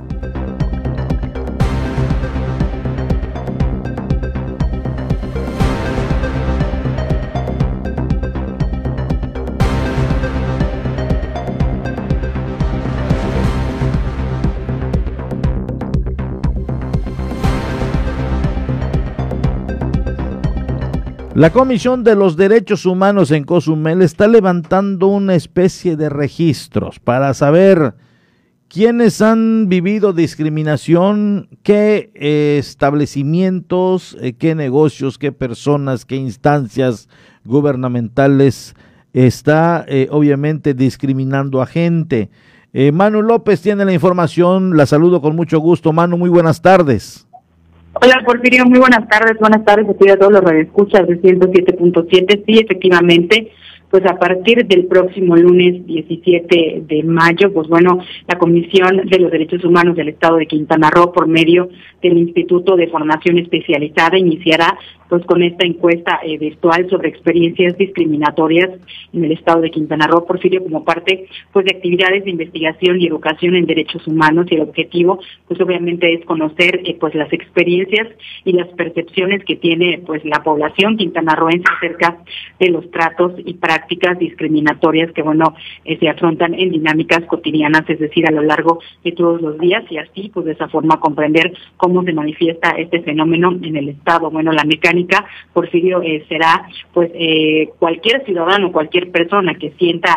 La Comisión de los Derechos Humanos en Cozumel está levantando una especie de registros para saber quiénes han vivido discriminación, qué establecimientos, qué negocios, qué personas, qué instancias gubernamentales está obviamente discriminando a gente. Manu López tiene la información, la saludo con mucho gusto. Manu, muy buenas tardes. Hola Porfirio, muy buenas tardes a todos los radioescuchas de 107.7. Sí, efectivamente, pues a partir del próximo lunes 17 de mayo, pues bueno, la Comisión de los Derechos Humanos del Estado de Quintana Roo, por medio del Instituto de Formación Especializada, iniciará pues con esta encuesta virtual sobre experiencias discriminatorias en el Estado de Quintana Roo, Porfirio, como parte pues de actividades de investigación y educación en derechos humanos, y el objetivo pues obviamente es conocer pues las experiencias y las percepciones que tiene pues la población quintanarroense acerca de los tratos y prácticas discriminatorias que bueno se afrontan en dinámicas cotidianas, es decir, a lo largo de todos los días, y así pues de esa forma comprender cómo se manifiesta este fenómeno en el Estado. Bueno, la mecánica, Porfirio, será pues cualquier ciudadano, cualquier persona que sienta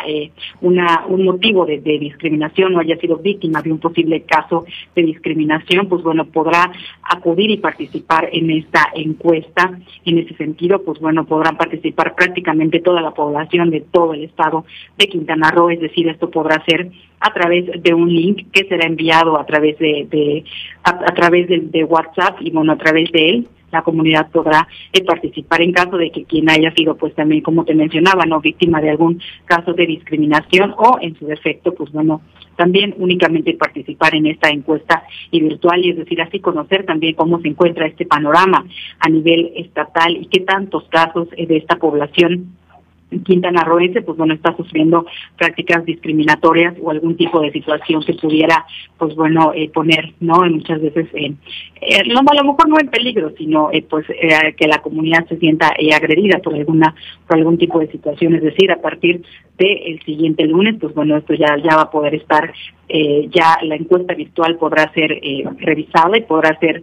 un motivo de discriminación o haya sido víctima de un posible caso de discriminación, pues bueno, podrá acudir y participar en esta encuesta. En ese sentido, pues bueno, podrán participar prácticamente toda la población de todo el Estado de Quintana Roo, es decir, esto podrá ser a través de un link que será enviado a través de WhatsApp, y bueno, a través de él la comunidad podrá participar en caso de que quien haya sido pues también, como te mencionaba, no víctima de algún caso de discriminación, o en su defecto pues bueno, también únicamente participar en esta encuesta y virtual, y es decir, así conocer también cómo se encuentra este panorama a nivel estatal y qué tantos casos de esta población quintanarroense pues bueno está sufriendo prácticas discriminatorias o algún tipo de situación que pudiera pues bueno poner muchas veces no, a lo mejor no en peligro, sino que la comunidad se sienta agredida por algún tipo de situación. Es decir, a partir del siguiente lunes pues bueno, esto ya va a poder estar ya la encuesta virtual podrá ser revisada y podrá ser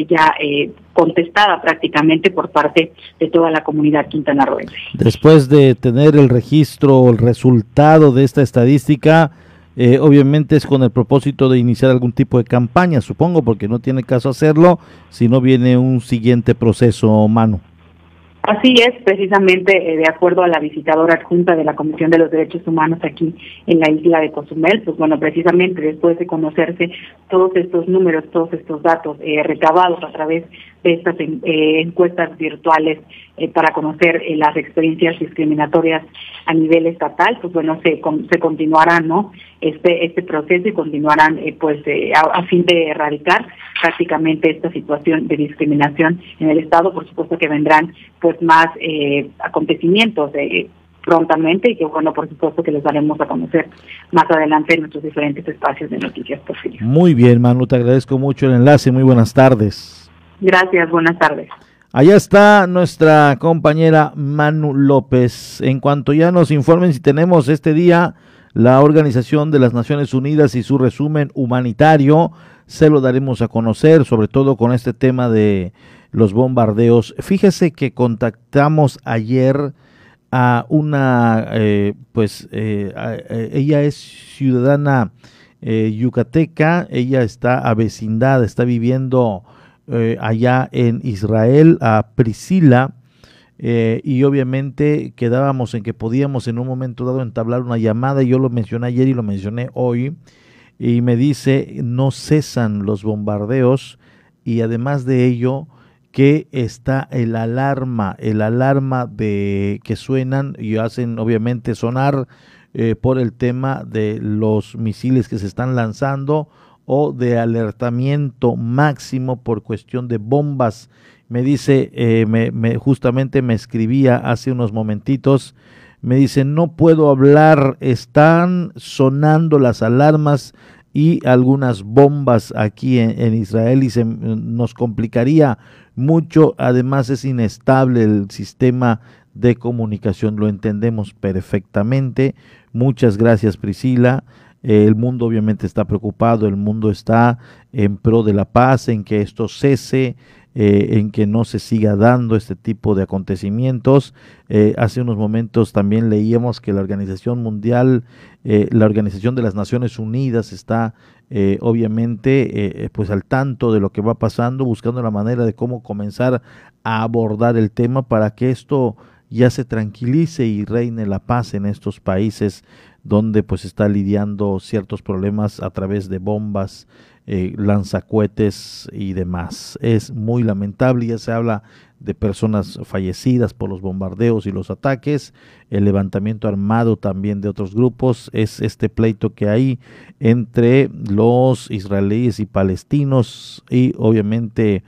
contestada prácticamente por parte de toda la comunidad quintanarroense. Después de tener el registro, el resultado de esta estadística, obviamente es con el propósito de iniciar algún tipo de campaña, supongo, porque no tiene caso hacerlo si no viene un siguiente proceso, Manu. Así es, precisamente de acuerdo a la visitadora adjunta de la Comisión de los Derechos Humanos aquí en la isla de Cozumel, pues bueno, precisamente después de conocerse todos estos números, todos estos datos recabados a través de estas encuestas virtuales para conocer las experiencias discriminatorias a nivel estatal, pues bueno, se continuarán, ¿no? Este proceso, y continuarán a fin de erradicar prácticamente esta situación de discriminación en el Estado. Por supuesto que vendrán pues más acontecimientos prontamente, y que bueno, por supuesto que los daremos a conocer más adelante en nuestros diferentes espacios de noticias, Porfirio. Muy bien, Manu, te agradezco mucho el enlace, muy buenas tardes. Gracias, buenas tardes. Allá está nuestra compañera Manu López. En cuanto ya nos informen si tenemos este día la Organización de las Naciones Unidas y su resumen humanitario, se lo daremos a conocer, sobre todo con este tema de los bombardeos. Fíjese que contactamos ayer a una, ella es ciudadana yucateca, ella está avecindada, está viviendo allá en Israel, a Priscila, y obviamente quedábamos en que podíamos en un momento dado entablar una llamada, y yo lo mencioné ayer y lo mencioné hoy, y me dice, no cesan los bombardeos, y además de ello, que está el alarma de que suenan y hacen obviamente sonar por el tema de los misiles que se están lanzando, o de alertamiento máximo por cuestión de bombas. Me dice, justamente me escribía hace unos momentitos, me dice, no puedo hablar, están sonando las alarmas y algunas bombas aquí en Israel, y nos complicaría mucho. Además es inestable el sistema de comunicación, lo entendemos perfectamente. Muchas gracias, Priscila. El mundo obviamente está preocupado, el mundo está en pro de la paz, en que esto cese, en que no se siga dando este tipo de acontecimientos. Hace unos momentos también leíamos que la Organización Mundial, la Organización de las Naciones Unidas está obviamente pues al tanto de lo que va pasando, buscando la manera de cómo comenzar a abordar el tema para que esto ya se tranquilice y reine la paz en estos países donde pues está lidiando ciertos problemas a través de bombas, lanzacohetes y demás. Es muy lamentable, ya se habla de personas fallecidas por los bombardeos y los ataques, el levantamiento armado también de otros grupos. Es este pleito que hay entre los israelíes y palestinos, y obviamente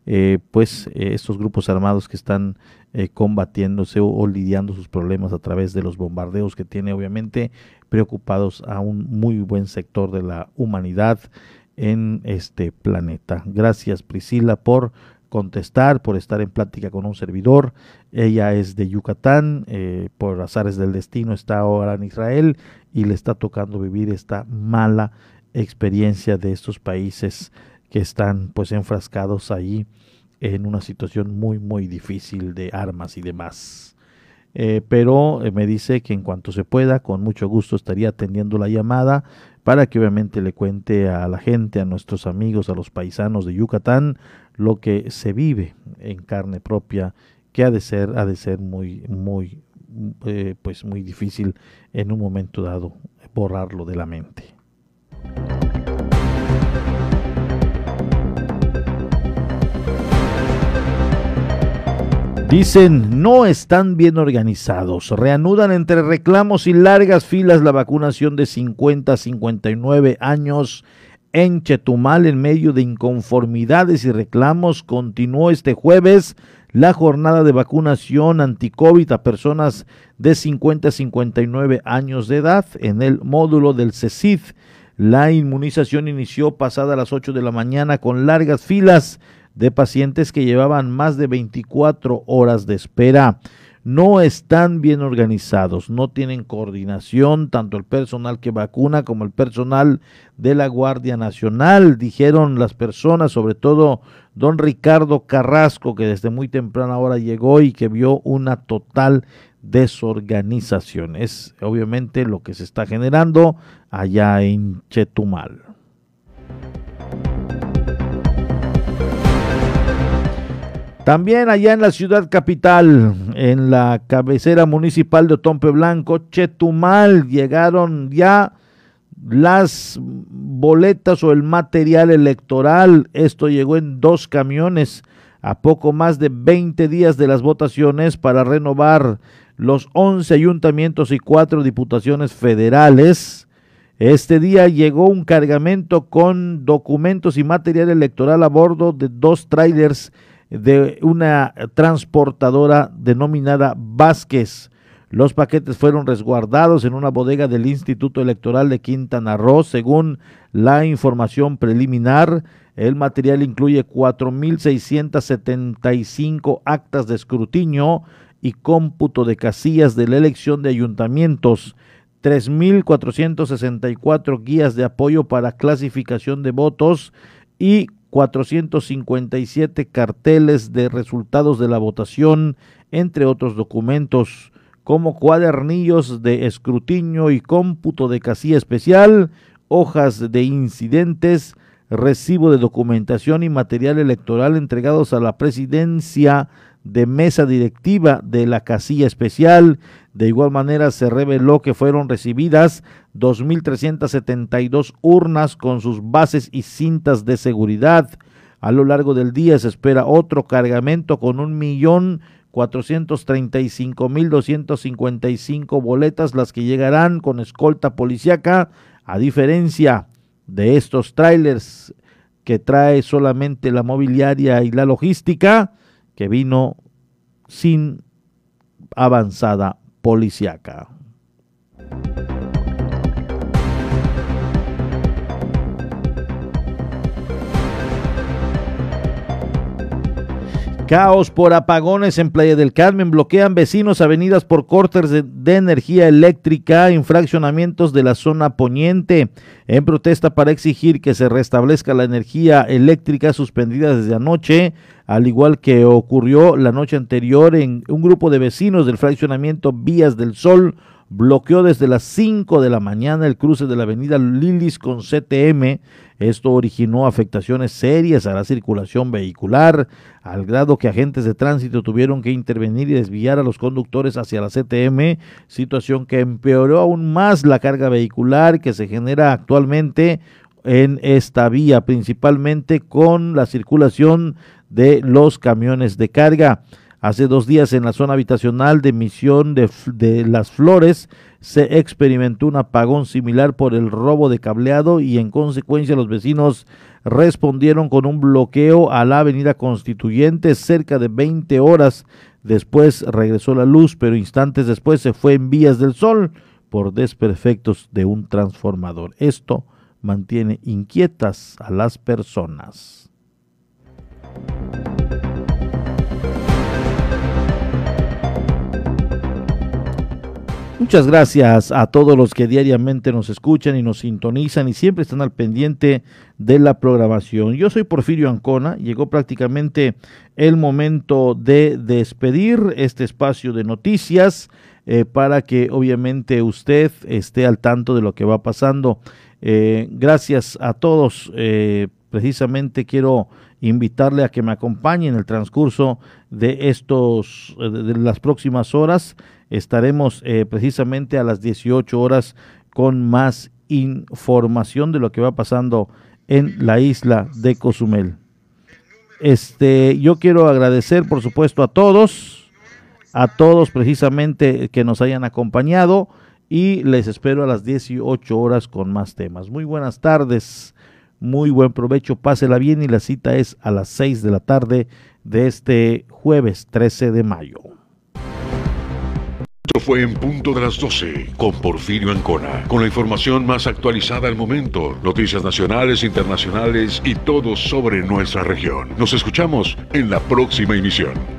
estos grupos armados que están combatiéndose o lidiando sus problemas a través de los bombardeos, que tiene obviamente preocupados a un muy buen sector de la humanidad en este planeta. Gracias, Priscila, por contestar, por estar en plática con un servidor. Ella es de Yucatán, por azares del destino está ahora en Israel y le está tocando vivir esta mala experiencia de estos países que están pues enfrascados ahí en una situación muy muy difícil de armas y demás. Pero me dice que en cuanto se pueda, con mucho gusto estaría atendiendo la llamada para que obviamente le cuente a la gente, a nuestros amigos, a los paisanos de Yucatán, lo que se vive en carne propia, que ha de ser muy difícil en un momento dado borrarlo de la mente. Dicen, no están bien organizados. Reanudan entre reclamos y largas filas la vacunación de 50 a 59 años en Chetumal. En medio de inconformidades y reclamos, continuó este jueves la jornada de vacunación anti-COVID a personas de 50 a 59 años de edad en el módulo del CECID. La inmunización inició pasada las 8 de la mañana con largas filas de pacientes que llevaban más de 24 horas de espera. No están bien organizados, no tienen coordinación, tanto el personal que vacuna como el personal de la Guardia Nacional, dijeron las personas, sobre todo don Ricardo Carrasco, que desde muy temprana hora llegó y que vio una total desorganización. Es obviamente lo que se está generando allá en Chetumal. También allá en la ciudad capital, en la cabecera municipal de Otompe Blanco, Chetumal, llegaron ya las boletas o el material electoral. Esto llegó en 2 camiones a poco más de 20 días de las votaciones para renovar los 11 ayuntamientos y 4 diputaciones federales. Este día llegó un cargamento con documentos y material electoral a bordo de 2 trailers de una transportadora denominada Vázquez. Los paquetes fueron resguardados en una bodega del Instituto Electoral de Quintana Roo. Según la información preliminar, el material incluye 4,675 actas de escrutinio y cómputo de casillas de la elección de ayuntamientos, 3,464 guías de apoyo para clasificación de votos y 457 carteles de resultados de la votación, entre otros documentos como cuadernillos de escrutinio y cómputo de casilla especial, hojas de incidentes, recibo de documentación y material electoral entregados a la presidencia de mesa directiva de la casilla especial. De igual manera se reveló que fueron recibidas 2.372 urnas con sus bases y cintas de seguridad. A lo largo del día se espera otro cargamento con 1.435.255 boletas, las que llegarán con escolta policíaca, a diferencia de estos trailers que trae solamente la mobiliaria y la logística, que vino sin avanzada policíaca. Caos por apagones en Playa del Carmen. Bloquean vecinos avenidas por cortes de energía eléctrica en fraccionamientos de la zona poniente, en protesta para exigir que se restablezca la energía eléctrica suspendida desde anoche, al igual que ocurrió la noche anterior. En un grupo de vecinos del fraccionamiento Vías del Sol bloqueó desde las 5 de la mañana el cruce de la avenida Lilis con CTM. Esto originó afectaciones serias a la circulación vehicular, al grado que agentes de tránsito tuvieron que intervenir y desviar a los conductores hacia la CTM, situación que empeoró aún más la carga vehicular que se genera actualmente en esta vía, principalmente con la circulación de los camiones de carga. Hace 2 días en la zona habitacional de Misión de Las Flores se experimentó un apagón similar por el robo de cableado y en consecuencia los vecinos respondieron con un bloqueo a la avenida Constituyentes. Cerca de 20 horas después regresó la luz, pero instantes después se fue en Vías del Sol por desperfectos de un transformador. Esto mantiene inquietas a las personas. Muchas gracias a todos los que diariamente nos escuchan y nos sintonizan y siempre están al pendiente de la programación. Yo soy Porfirio Ancona. Llegó prácticamente el momento de despedir este espacio de noticias para que obviamente usted esté al tanto de lo que va pasando. Gracias a todos. Precisamente quiero invitarle a que me acompañe en el transcurso de de las próximas horas. Estaremos precisamente a las 18 horas con más información de lo que va pasando en la isla de Cozumel. Yo quiero agradecer, por supuesto, a todos precisamente que nos hayan acompañado y les espero a las 18 horas con más temas. Muy buenas tardes, muy buen provecho, pásela bien y la cita es a las 6 de la tarde de este jueves 13 de mayo. Esto fue En Punto de las 12 con Porfirio Ancona, con la información más actualizada al momento, noticias nacionales, internacionales y todo sobre nuestra región. Nos escuchamos en la próxima emisión.